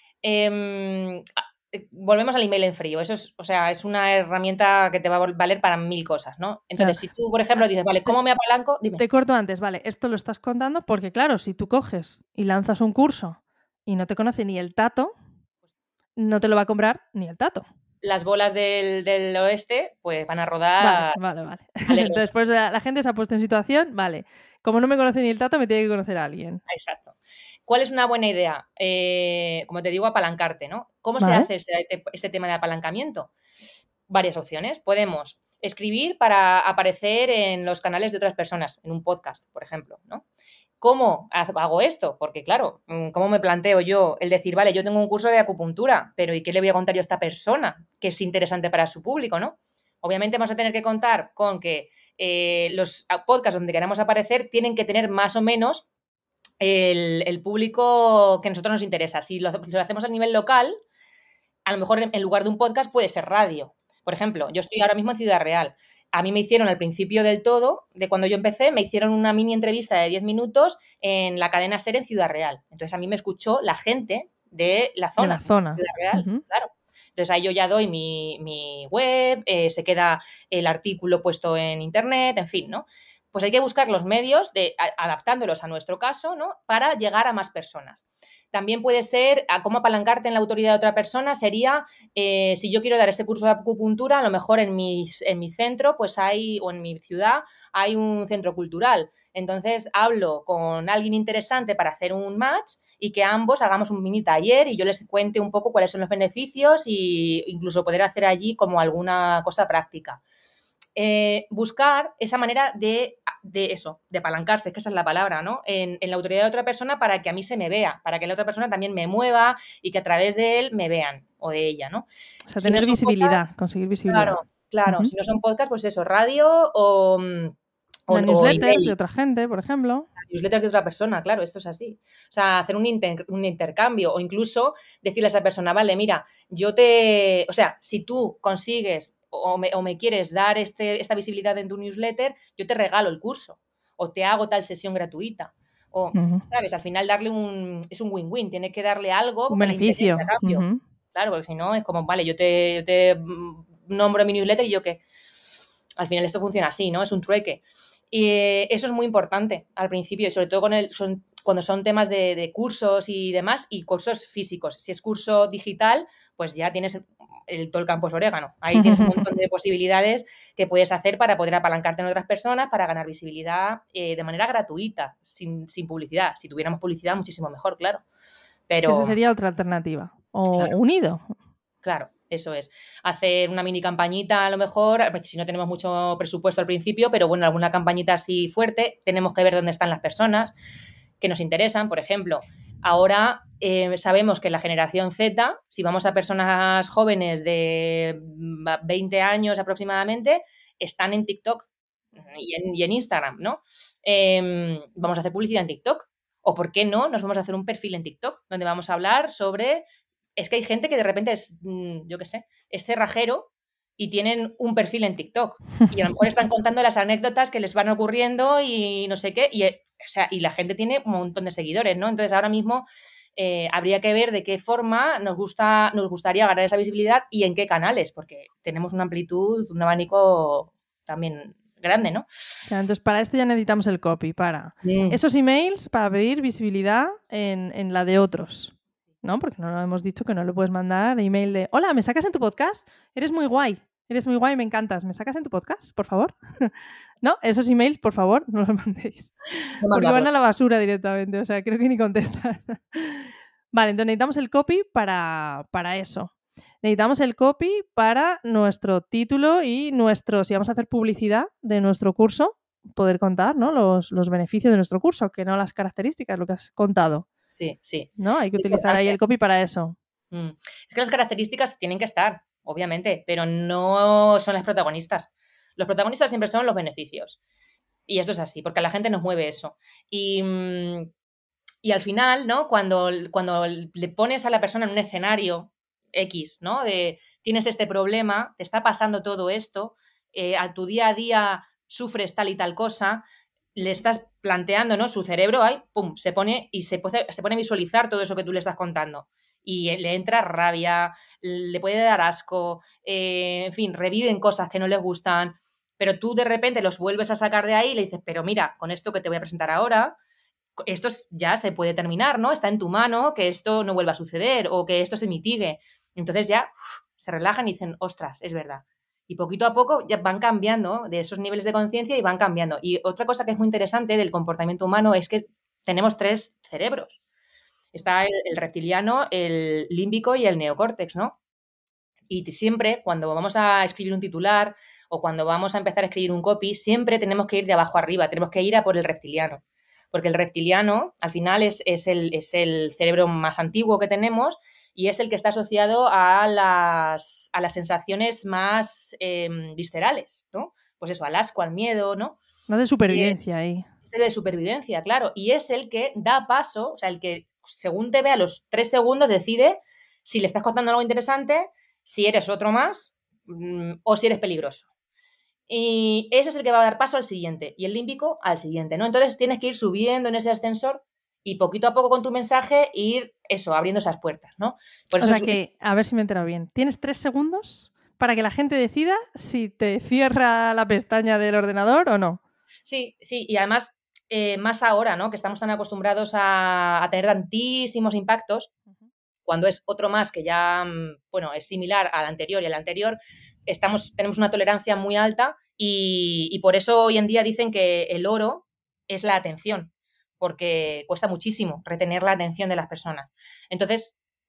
Eh, volvemos al email en frío. Eso es, o sea, es una herramienta que te va a valer para mil cosas, ¿no?
claro.
Entonces, si tú, por ejemplo, dices, vale, ¿cómo me apalanco? Dime.
Te corto antes, vale, esto lo estás contando porque, claro, si tú coges y lanzas un curso y no te conoce ni el tato, no te lo va a comprar ni el tato.
Las bolas del, del oeste, pues van a
Vale,
rodar
vale, vale.
alegremente.
Entonces, pues la, la gente se ha puesto en situación, vale, como no me conoce ni el tato, me tiene que conocer a alguien.
Exacto. ¿Cuál es una buena idea? Eh, como te digo, apalancarte, ¿no? ¿Cómo se
Vale,
hace ese, ese tema de apalancamiento? Varias opciones. Podemos escribir para aparecer en los canales de otras personas, en un podcast, por ejemplo, ¿no? ¿Cómo hago esto? Porque, claro, ¿cómo me planteo yo el decir, vale, yo tengo un curso de acupuntura, pero ¿y qué le voy a contar yo a esta persona que es interesante para su público, ¿no? Obviamente vamos a tener que contar con que eh, los podcasts donde queramos aparecer tienen que tener más o menos el, el público que a nosotros nos interesa. Si lo, si lo hacemos a nivel local, a lo mejor en, en lugar de un podcast puede ser radio. Por ejemplo, yo estoy ahora mismo en Ciudad Real. A mí me hicieron al principio del todo, de cuando yo empecé, me hicieron una mini entrevista de diez minutos en la cadena SER en Ciudad Real. Entonces a mí me escuchó la gente de la
de la
zona,
zona.
Ciudad Real,
Ujú.
claro. Entonces ahí yo ya doy mi, mi web, eh, se queda el artículo puesto en internet, en fin, ¿no? Pues hay que buscar los medios de, a, adaptándolos a nuestro caso, ¿no? Para llegar a más personas. También puede ser a cómo apalancarte en la autoridad de otra persona, sería eh, si yo quiero dar ese curso de acupuntura, a lo mejor en mi, en mi centro, pues hay, o en mi ciudad, hay un centro cultural. Entonces hablo con alguien interesante para hacer un match y que ambos hagamos un mini taller y yo les cuente un poco cuáles son los beneficios e incluso poder hacer allí como alguna cosa práctica. eh, buscar esa manera de, de eso, de apalancarse, que esa es la palabra, ¿no? En, en la autoridad de otra persona para que a mí se me vea, para que la otra persona también me mueva y que a través de él me vean o de ella, ¿no?
O sea,
Si no
tener
son
visibilidad,
podcasts,
conseguir visibilidad.
claro, claro,
Ujú.
si no son podcasts, pues eso, radio o, o,
Una
o
newsletter de
email.
otra gente, por ejemplo.
Newsletters de otra persona, claro, esto es así. O sea, hacer un, inter, un intercambio o incluso decirle a esa persona, vale, mira, yo te... O sea, si tú consigues o me, o me quieres dar este, esta visibilidad en tu newsletter, yo te regalo el curso o te hago tal sesión gratuita. O,
Ujú.
¿sabes? Al final darle un... Es un win-win, tiene que darle algo
Un
que le interese a
beneficio.
cambio.
Ujú.
Claro, porque si no es como, vale, yo te, yo te nombro mi newsletter y yo qué. Al final esto funciona así, ¿no? Es un trueque. Y eso es muy importante al principio, y sobre todo con el, son, cuando son temas de, de cursos y demás, y cursos físicos. Si es curso digital, pues ya tienes el, todo el campo es orégano. Ahí tienes un montón de posibilidades que puedes hacer para poder apalancarte en otras personas, para ganar visibilidad eh, de manera gratuita, sin, sin publicidad. Si tuviéramos publicidad, muchísimo mejor, claro.
Que esa
Pero,
sería otra alternativa. O
claro,
unido.
claro, eso es. Hacer una mini campañita a lo mejor, si no tenemos mucho presupuesto al principio, pero bueno, alguna campañita así fuerte, tenemos que ver dónde están las personas que nos interesan. Por ejemplo, ahora eh, sabemos que la generación Z, si vamos a personas jóvenes de veinte años aproximadamente, están en TikTok y en, y en Instagram, ¿no? Eh, vamos a hacer publicidad en TikTok. O, ¿por qué no? Nos vamos a hacer un perfil en TikTok donde vamos a hablar sobre es que hay gente que de repente es, yo qué sé, es cerrajero y tienen un perfil en TikTok. Y a lo mejor están contando las anécdotas que les van ocurriendo y no sé qué. Y, o sea, y la gente tiene un montón de seguidores, ¿no? Entonces ahora mismo eh, habría que ver de qué forma nos, gusta, nos gustaría ganar esa visibilidad y en qué canales, porque tenemos una amplitud, un abanico también grande, ¿no?
Claro, entonces, para esto ya necesitamos el copy, para
Mm.
esos emails, para pedir visibilidad en, en la de otros, ¿no? Porque no lo hemos dicho que no le puedes mandar email de hola, ¿me sacas en tu podcast? Eres muy guay, eres muy guay, me encantas, ¿me sacas en tu podcast, por favor? No, esos emails, por favor, no los mandéis.
No
Porque van
mandarlo.
a la basura directamente, o sea, creo que ni contestan. Vale, entonces necesitamos el copy para, para eso. Necesitamos el copy para nuestro título y nuestro, si vamos a hacer publicidad de nuestro curso, poder contar, ¿no? los, los beneficios de nuestro curso, que no las características, lo que has contado.
Sí, sí.
¿No? Hay que utilizar ahí el
Importantes.
copy para eso.
Mm. Es que las características tienen que estar, obviamente, pero no son las protagonistas. Los protagonistas siempre son los beneficios. Y esto es así, porque a la gente nos mueve eso. Y, mm, y al final, ¿no? Cuando, cuando le pones a la persona en un escenario X, ¿no? De tienes este problema, te está pasando todo esto, eh, a tu día a día sufres tal y tal cosa, le estás planteando, ¿no? Su cerebro ahí, pum, se pone y se pone, se pone a visualizar todo eso que tú le estás contando. Y le entra rabia, le puede dar asco, eh, en fin, reviven cosas que no les gustan, pero tú de repente los vuelves a sacar de ahí y le dices, pero mira, con esto que te voy a presentar ahora, esto ya se puede terminar, ¿no? Está en tu mano que esto no vuelva a suceder o que esto se mitigue. Entonces ya uf, se relajan y dicen, ostras, es verdad. Y poquito a poco ya van cambiando de esos niveles de conciencia y van cambiando. Y otra cosa que es muy interesante del comportamiento humano es que tenemos tres cerebros. Está el, el reptiliano, el límbico y el neocórtex, ¿no? Y siempre, cuando vamos a escribir un titular o cuando vamos a empezar a escribir un copy, siempre tenemos que ir de abajo arriba, tenemos que ir a por el reptiliano. Porque el reptiliano, al final, es, es, el, es el cerebro más antiguo que tenemos y es el que está asociado a las, a las sensaciones más eh, viscerales, ¿no? Pues eso, al asco, al miedo, ¿no?
No de
Y
supervivencia ahí.
es el de supervivencia, claro. Y es el que da paso, o sea, el que según te ve a los tres segundos decide si le estás contando algo interesante, si eres otro más mmm, o si eres peligroso. Y ese es el que va a dar paso al siguiente y el límbico al siguiente, ¿no? Entonces tienes que ir subiendo en ese ascensor y poquito a poco con tu mensaje ir, eso, abriendo esas puertas, ¿no? Por
O
eso
sea
es...
que, a ver si me he enterado bien. Tienes tres segundos para que la gente decida si te cierra la pestaña del ordenador o no.
Sí, sí, y además, eh, más ahora, ¿no? Que estamos tan acostumbrados a, a tener tantísimos impactos, cuando es otro más que ya, bueno, es similar al anterior y al anterior, estamos, tenemos una tolerancia muy alta y, y por eso hoy en día dicen que el oro es la atención, porque cuesta muchísimo retener la atención de las personas. Entonces,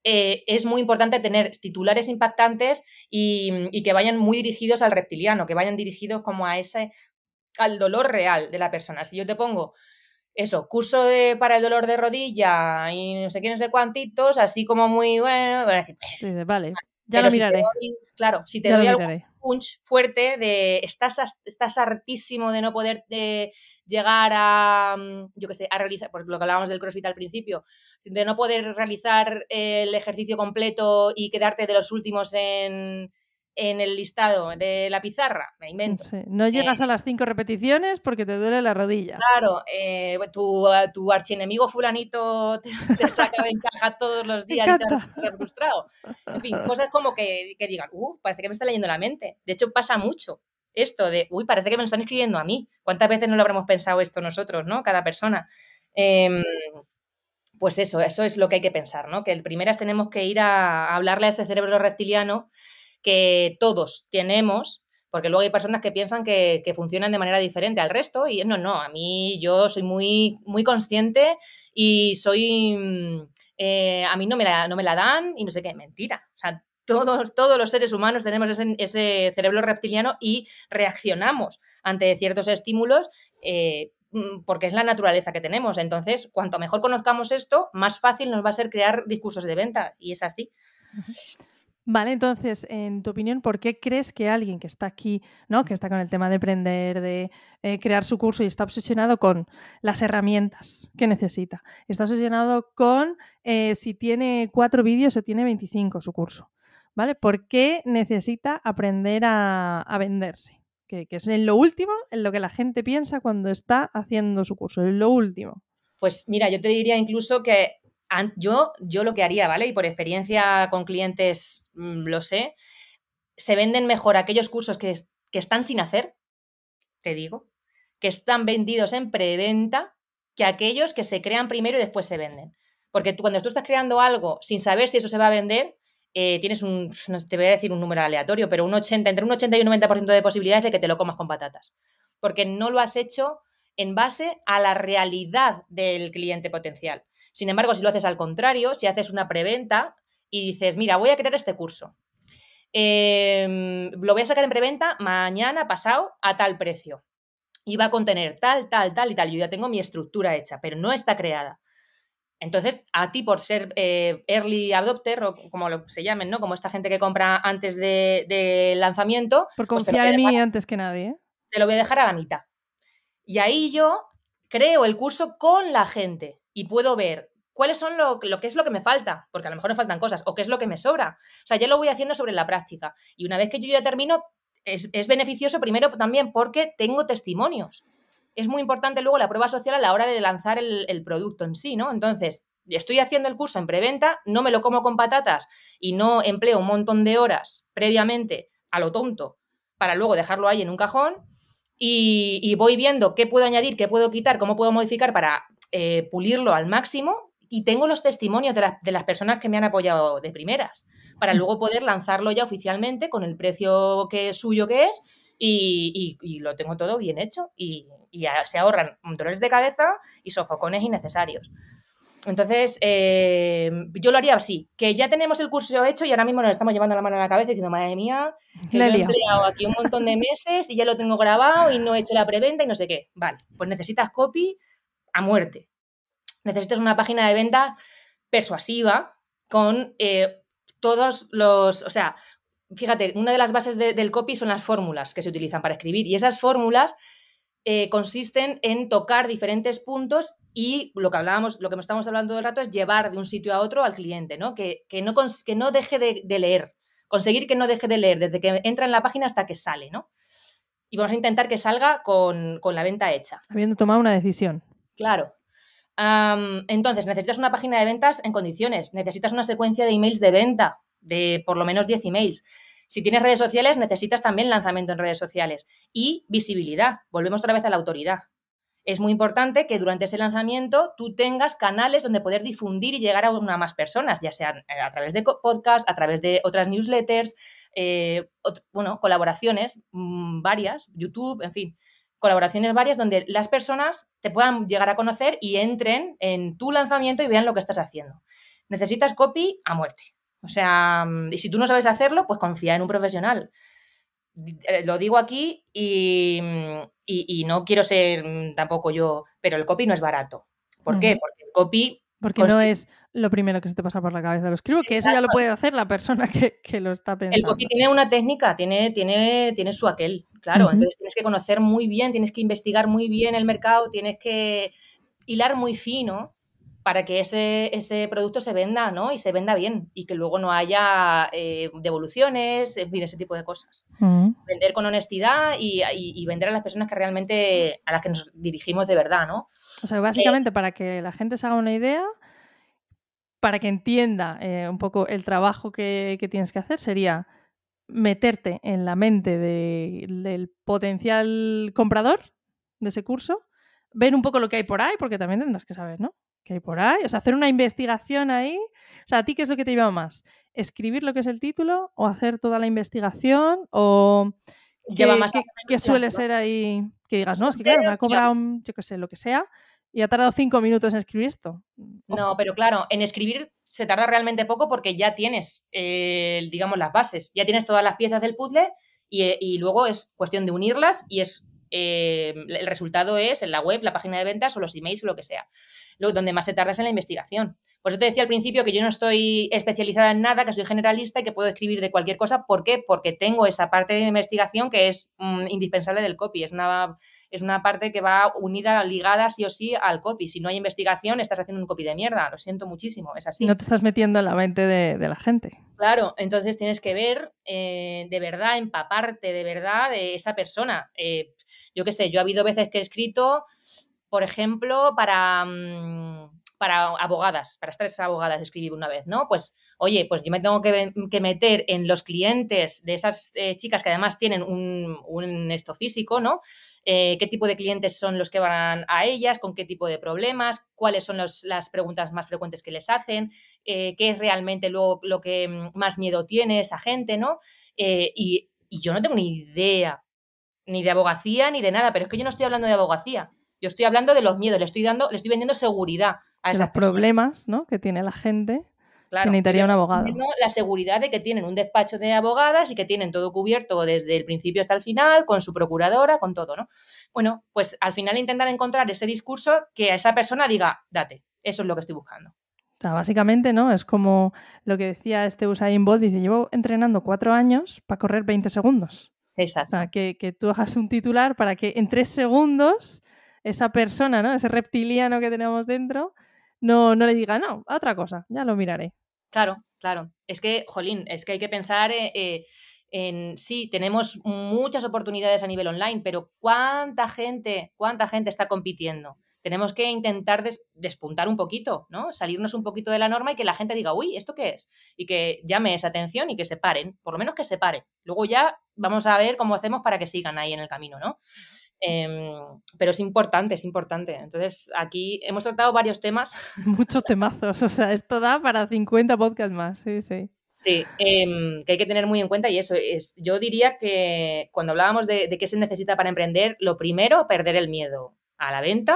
eh, es muy importante tener titulares impactantes y, y que vayan muy dirigidos al reptiliano, que vayan dirigidos como a ese, al dolor real de la persona. Si yo te pongo eso, curso de, para el dolor de rodilla y no sé qué, no sé cuantitos, así como muy bueno, voy a decir,
Dices, vale, ya lo
pero si te
miraré,
doy, claro, si te
ya lo
doy algún
miraré.
punch fuerte de estás, estás hartísimo de no poder de llegar a, yo qué sé, a realizar, por lo que hablábamos del CrossFit al principio, de no poder realizar el ejercicio completo y quedarte de los últimos en, en el listado de la pizarra, me invento.
Sí, no
Eh,
llegas a las cinco repeticiones porque te duele la rodilla.
Claro, eh, tu, tu archienemigo fulanito te, te saca de encaja todos los
Me
días y te vas
encanta.
a ser frustrado. En fin, cosas como que, que digan, uh, parece que me está leyendo la mente. De hecho, pasa mucho esto de, uy, parece que me lo están escribiendo a mí. ¿Cuántas veces no lo habremos pensado esto nosotros, ¿no? Cada persona. Eh, pues eso, eso es lo que hay que pensar, ¿no? Que el primeras tenemos que ir a, a hablarle a ese cerebro reptiliano que todos tenemos, porque luego hay personas que piensan que, que, funcionan de manera diferente al resto y no, no, a mí yo soy muy, muy consciente y soy, eh, a mí no me, la, no me la dan y no sé qué, mentira. O sea, todos, todos los seres humanos tenemos ese, ese cerebro reptiliano y reaccionamos ante ciertos estímulos eh, porque es la naturaleza que tenemos. Entonces, cuanto mejor conozcamos esto, más fácil nos va a ser crear discursos de venta y es así.
Vale, entonces, en tu opinión, ¿por qué crees que alguien que está aquí, ¿no? Que está con el tema de emprender, de eh, crear su curso y está obsesionado con las herramientas que necesita? Está obsesionado con eh, si tiene cuatro vídeos o tiene veinticinco su curso, ¿vale? ¿Por qué necesita aprender a, a venderse? Que, que es en lo último en lo que la gente piensa cuando está haciendo su curso, en lo último.
Pues mira, yo te diría incluso que yo, yo lo que haría, ¿vale? Y por experiencia con clientes mmm, lo sé, se venden mejor aquellos cursos que, que están sin hacer, te digo, que están vendidos en preventa, que aquellos que se crean primero y después se venden. Porque tú, cuando tú estás creando algo sin saber si eso se va a vender, eh, tienes un, no te voy a decir un número aleatorio, pero un ochenta, entre un ochenta y un noventa por ciento de posibilidades de que te lo comas con patatas. Porque no lo has hecho en base a la realidad del cliente potencial. Sin embargo, si lo haces al contrario, si haces una preventa y dices, mira, voy a crear este curso, eh, lo voy a sacar en preventa mañana, pasado, a tal precio. Y va a contener tal, tal, tal y tal. Yo ya tengo mi estructura hecha, pero no está creada. Entonces, a ti por ser eh, early adopter, o como lo, se llamen, ¿no? Como esta gente que compra antes del de lanzamiento,
Por
pues te lo,
confiar
voy a
en
dejar,
mí antes que nadie, ¿eh?
te lo voy a dejar a la mitad. Y ahí yo creo el curso con la gente y puedo ver cuáles son lo, lo que es lo que me falta, porque a lo mejor me faltan cosas, o qué es lo que me sobra. O sea, ya lo voy haciendo sobre la práctica. Y una vez que yo ya termino, es, es beneficioso primero también porque tengo testimonios. Es muy importante luego la prueba social a la hora de lanzar el, el producto en sí, ¿no? Entonces, estoy haciendo el curso en preventa, no me lo como con patatas y no empleo un montón de horas previamente a lo tonto para luego dejarlo ahí en un cajón y, y voy viendo qué puedo añadir, qué puedo quitar, cómo puedo modificar para eh, pulirlo al máximo y tengo los testimonios de, la, de las personas que me han apoyado de primeras para luego poder lanzarlo ya oficialmente con el precio que suyo que es y, y, y lo tengo todo bien hecho y, y ya se ahorran dolores de cabeza y sofocones innecesarios. Entonces, eh, yo lo haría así, que ya tenemos el curso hecho y ahora mismo nos estamos llevando la mano a la cabeza diciendo, madre mía, que
La he
yo he
liado.
empleado aquí un montón de meses y ya lo tengo grabado y no he hecho la preventa y no sé qué. Vale, pues necesitas copy a muerte. Necesitas una página de venta persuasiva con eh, todos los, o sea, fíjate, una de las bases de, del copy son las fórmulas que se utilizan para escribir y esas fórmulas eh, consisten en tocar diferentes puntos y lo que hablábamos, lo que estamos hablando todo el rato es llevar de un sitio a otro al cliente, ¿no? Que, que, no, que no deje de, de leer, conseguir que no deje de leer desde que entra en la página hasta que sale, ¿no? Y vamos a intentar que salga con, con la venta hecha.
Habiendo tomado una decisión.
Claro. Um, entonces, necesitas una página de ventas en condiciones, necesitas una secuencia de emails de venta, de por lo menos diez emails. Si tienes redes sociales, necesitas también lanzamiento en redes sociales y visibilidad. Volvemos otra vez a la autoridad. Es muy importante que durante ese lanzamiento tú tengas canales donde poder difundir y llegar a una más personas, ya sean a través de podcast, a través de otras newsletters, eh, bueno, colaboraciones mmm, varias, YouTube, en fin, colaboraciones varias donde las personas te puedan llegar a conocer y entren en tu lanzamiento y vean lo que estás haciendo. necesitas copy a muerte. O sea, y si tú no sabes hacerlo, pues confía en un profesional. Lo digo aquí y, y, y no quiero ser tampoco yo, pero el copy no es barato. ¿Por qué?
Ujú.
Porque el copy
Porque no
consiste...
es lo primero que se te pasa por la cabeza. Lo escribo, que eso ya lo
Exacto.
puede hacer la persona que, que lo está
El copy
pensando.
tiene una técnica, tiene, tiene, tiene su aquel, claro.
Ujú.
Entonces tienes que conocer muy bien, tienes que investigar muy bien el mercado, tienes que hilar muy fino para que ese, ese producto se venda, ¿no? Y se venda bien y que luego no haya eh, devoluciones, en fin, ese tipo de cosas.
Ujú.
Vender con honestidad y, y, y vender a las personas que realmente, a las que nos dirigimos de verdad, ¿no?
O sea,
Eh,
básicamente para que la gente se haga una idea, para que entienda eh, un poco el trabajo que, que tienes que hacer, sería meterte en la mente de, del potencial comprador de ese curso, ver un poco lo que hay por ahí, porque también tendrás que saber, ¿no? ¿Qué hay por ahí? O sea, hacer una investigación ahí. O sea, ¿a ti qué es lo que te lleva más? ¿Escribir lo que es el título o hacer toda la investigación? ¿O
lleva
qué,
más a
qué,
hacer la
qué suele
investigación.
ser ahí? Que digas, no, es que
Siempre
claro, me ha
lleva...
cobrado, yo qué sé, lo que sea, y ha tardado cinco minutos en escribir esto.
No,
Ojo.
pero claro, en escribir se tarda realmente poco porque ya tienes, eh, digamos, las bases, ya tienes todas las piezas del puzzle y, eh, y luego es cuestión de unirlas y es eh, el resultado es en la web, la página de ventas o los emails o lo que sea. Lo, donde más se tarda es en la investigación. Por eso te decía al principio que yo no estoy especializada en nada, que soy generalista y que puedo escribir de cualquier cosa. ¿Por qué? Porque tengo esa parte de investigación que es mm, indispensable del copy. Es una es una parte que va unida, ligada sí o sí al copy. Si no hay investigación, estás haciendo un copy de mierda. Lo siento muchísimo, es
No
así.
te estás metiendo en la mente de, de la gente.
Claro, entonces tienes que ver eh, de verdad, empaparte de verdad de esa persona. Eh, yo qué sé, yo ha habido veces que he escrito, por ejemplo, para, mmm, para abogadas, para estas abogadas escribí una vez, ¿no? Pues, oye, pues yo me tengo que, que meter en los clientes de esas eh, chicas que además tienen un, un esto físico, ¿no? Eh, qué tipo de clientes son los que van a ellas, con qué tipo de problemas, cuáles son los, las preguntas más frecuentes que les hacen, eh, qué es realmente lo, lo, que más miedo tiene esa gente, ¿no? Eh, y, y yo no tengo ni idea, ni de abogacía, ni de nada, pero es que yo no estoy hablando de abogacía, yo estoy hablando de los miedos, le estoy dando, le estoy vendiendo seguridad a
De los
esas personas.
problemas, ¿no?, que tiene la gente que
Claro, yo
necesitaría
les
un
estoy
abogado.
vendiendo la seguridad de que tienen un despacho de abogadas y que tienen todo cubierto desde el principio hasta el final, con su procuradora, con todo, ¿no? Bueno, pues al final intentar encontrar ese discurso que a esa persona diga, date, eso es lo que estoy buscando.
O sea, básicamente, ¿no? Es como lo que decía este Usain Bolt, dice, llevo entrenando cuatro años para correr veinte segundos. O sea,
Exacto.
que, que tú hagas un titular para que en tres segundos esa persona, ¿no?, ese reptiliano que tenemos dentro, no, no le diga, no, a otra cosa, ya lo miraré.
Claro, claro. Es que, jolín, es que hay que pensar eh, eh, en, sí, tenemos muchas oportunidades a nivel online, pero ¿cuánta gente, cuánta gente está compitiendo? Tenemos que intentar des, despuntar un poquito, ¿no? Salirnos un poquito de la norma y que la gente diga, uy, ¿esto qué es? Y que llame esa atención y que se paren, por lo menos que se paren. Luego ya vamos a ver cómo hacemos para que sigan ahí en el camino, ¿no? Eh, pero es importante, es importante. Entonces, aquí hemos tratado varios temas.
Muchos temazos, o sea, esto da para cincuenta podcasts más, sí, sí.
Sí, eh, que hay que tener muy en cuenta y eso es, yo diría que cuando hablábamos de, de qué se necesita para emprender, lo primero, perder el miedo a la venta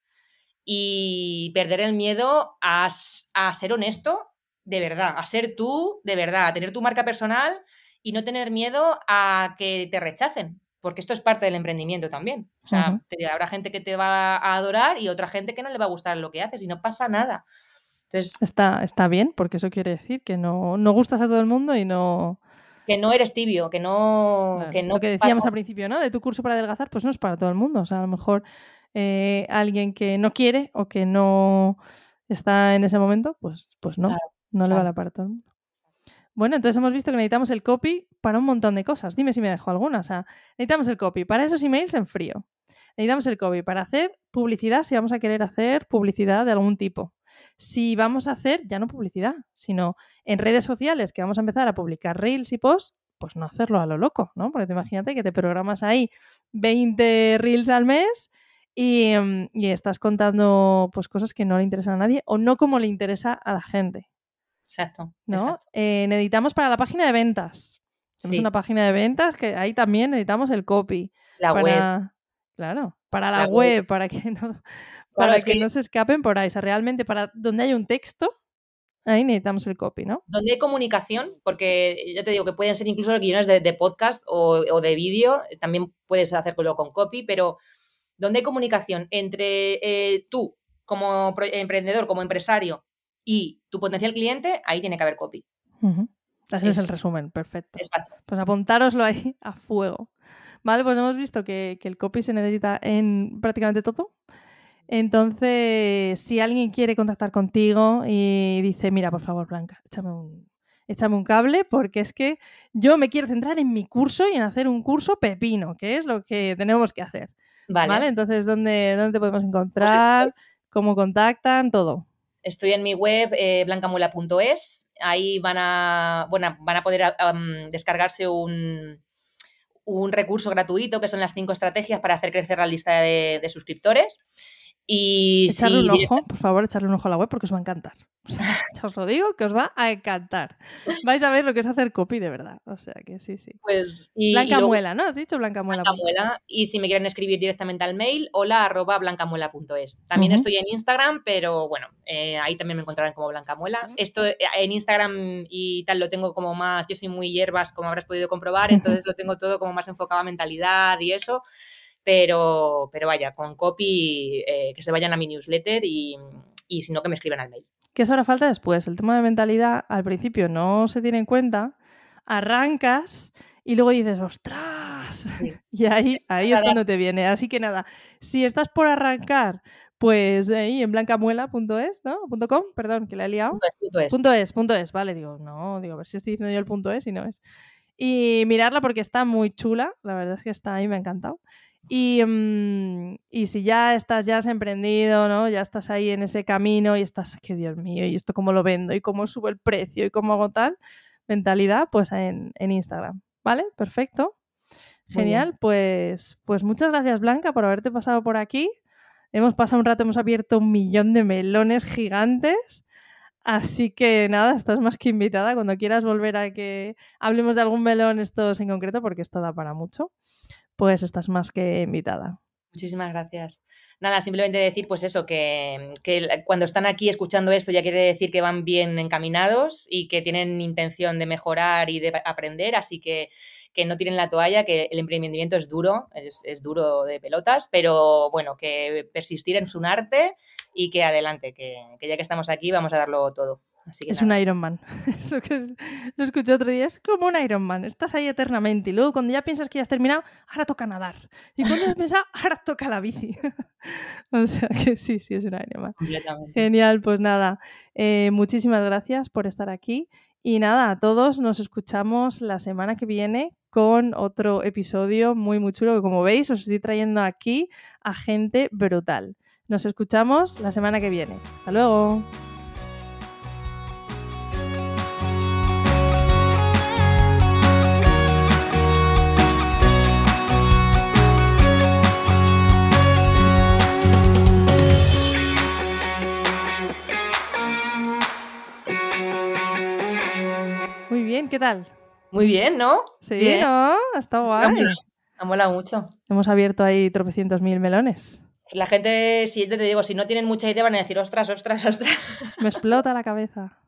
y perder el miedo a, a ser honesto de verdad, a ser tú de verdad, a tener tu marca personal y no tener miedo a que te rechacen, porque esto es parte del emprendimiento también. O
Uh-huh.
sea, te, habrá gente que te va a adorar y otra gente que no le va a gustar lo que haces y no pasa nada. Entonces,
Está, está bien, porque eso quiere decir que no, no gustas a todo el mundo y no...
que no eres tibio, que no,
Claro.
que no
Lo que decíamos al
pasas.
principio, ¿no? De tu curso para adelgazar, pues no es para todo el mundo. O sea, a lo mejor eh, alguien que no quiere o que no está en ese momento, pues, pues no,
Claro,
no le
claro.
vale para todo el mundo. Bueno, entonces hemos visto que necesitamos el copy para un montón de cosas. Dime si me dejo alguna. O sea, necesitamos el copy para esos emails en frío. Necesitamos el copy para hacer publicidad si vamos a querer hacer publicidad de algún tipo. Si vamos a hacer, ya no publicidad, sino en redes sociales que vamos a empezar a publicar reels y posts, pues no hacerlo a lo loco, ¿no? Porque te imagínate que te programas ahí veinte reels al mes y, y estás contando pues cosas que no le interesan a nadie o no como le interesa a la gente.
Exacto,
¿No?
exacto.
Eh, necesitamos para la página de ventas. Tenemos una
Sí,
página de ventas que ahí también necesitamos el copy.
la web,
Para, claro, para la
la web.
web, para que no,
Claro,
para
es que
que no se escapen por ahí. O sea, realmente para donde hay un texto, ahí necesitamos el copy, ¿no?
Donde hay comunicación, porque ya te digo que pueden ser incluso guiones de, de podcast o, o de vídeo, también puedes hacerlo con copy, pero donde hay comunicación entre eh, tú como emprendedor, como empresario y tu potencial cliente, ahí tiene que haber copy.
Uh-huh. Ese es, es el resumen, perfecto.
Exacto.
Pues apuntároslo ahí a fuego. Vale, pues hemos visto que, que el copy se necesita en prácticamente todo. Entonces, si alguien quiere contactar contigo y dice, mira, por favor, Blanca, échame un, échame un cable, porque es que yo me quiero centrar en mi curso y en hacer un curso pepino, que es lo que tenemos que hacer. Vale. ¿Vale? Entonces, ¿dónde, dónde te podemos encontrar? Pues ¿cómo contactan? Todo.
Estoy en mi web, eh, blancamuela punto es. Ahí van a, bueno, van a poder um, descargarse un, un recurso gratuito que son las cinco estrategias para hacer crecer la lista de, de suscriptores. Y
echarle
si...
un ojo, por favor, echarle un ojo a la web porque os va a encantar. O sea, ya os lo digo, que os va a encantar. Vais a ver lo que es hacer copy de verdad. O sea que sí, sí.
Pues, y,
Blanca
y luego,
Muela, ¿no? Has dicho Blanca Muela.
Blanca Muela. Y si me quieren escribir directamente al mail, hola arroba blancamuela punto es. También uh-huh. estoy en Instagram, pero bueno, eh, ahí también me encontrarán como Blanca Muela. Esto en Instagram y tal lo tengo como más, yo soy muy hierbas, como habrás podido comprobar, entonces lo tengo todo como más enfocado a mentalidad y eso. Pero, pero vaya, con copy, eh, que se vayan a mi newsletter y, y si no, que me escriban al mail.
¿Qué eso ahora falta después? El tema de mentalidad al principio no se tiene en cuenta, arrancas y luego dices, ostras, sí. y ahí, ahí es cuando te viene. Así que nada, si estás por arrancar, pues ahí en blancamuela punto es, ¿no? .com, perdón, que la he liado.
Punto es.
Punto es, punto es, vale, digo, no, digo, a ver si estoy diciendo yo el punto es y no es. Y mirarla porque está muy chula, la verdad es que está ahí, me ha encantado. Y, um, y si ya estás, ya has emprendido, ¿no? Ya estás ahí en ese camino y estás, que Dios mío, ¿y esto cómo lo vendo? ¿Y cómo subo el precio? ¿Y cómo hago tal? Mentalidad, pues en, en Instagram, ¿vale? Perfecto. Genial, pues, pues muchas gracias, Blanca, por haberte pasado por aquí. Hemos pasado un rato, hemos abierto un millón de melones gigantes. Así que nada, estás más que invitada cuando quieras volver a que hablemos de algún melón estos en concreto, porque esto da para mucho, pues estás más que invitada.
Muchísimas gracias. Nada, simplemente decir pues eso, que, que cuando están aquí escuchando esto ya quiere decir que van bien encaminados y que tienen intención de mejorar y de aprender, así que que no tiren la toalla, que el emprendimiento es duro, es, es duro de pelotas, pero bueno, que persistir es un arte y que adelante, que, que ya que estamos aquí vamos a darlo todo. Así que
es
nada.
un Ironman. Eso que lo escuché otro día, es como un Ironman. Estás ahí eternamente y luego cuando ya piensas que ya has terminado, ahora toca nadar. Y cuando ya has pensado, ahora toca la bici. O sea que sí, sí, es un Ironman. Genial, pues nada. Eh, muchísimas gracias por estar aquí. Y nada, a todos nos escuchamos la semana que viene con otro episodio muy, muy chulo que como veis os estoy trayendo aquí a gente brutal. Nos escuchamos la semana que viene. Hasta luego. Muy bien, ¿qué tal?
Muy bien, ¿no?
Sí,
bien.
¿no? Ha estado guay.
Ha molado mucho.
Hemos abierto ahí tropecientos mil melones.
La gente, si te digo, si no tienen mucha idea van a decir, ostras, ostras, ostras.
Me explota la cabeza.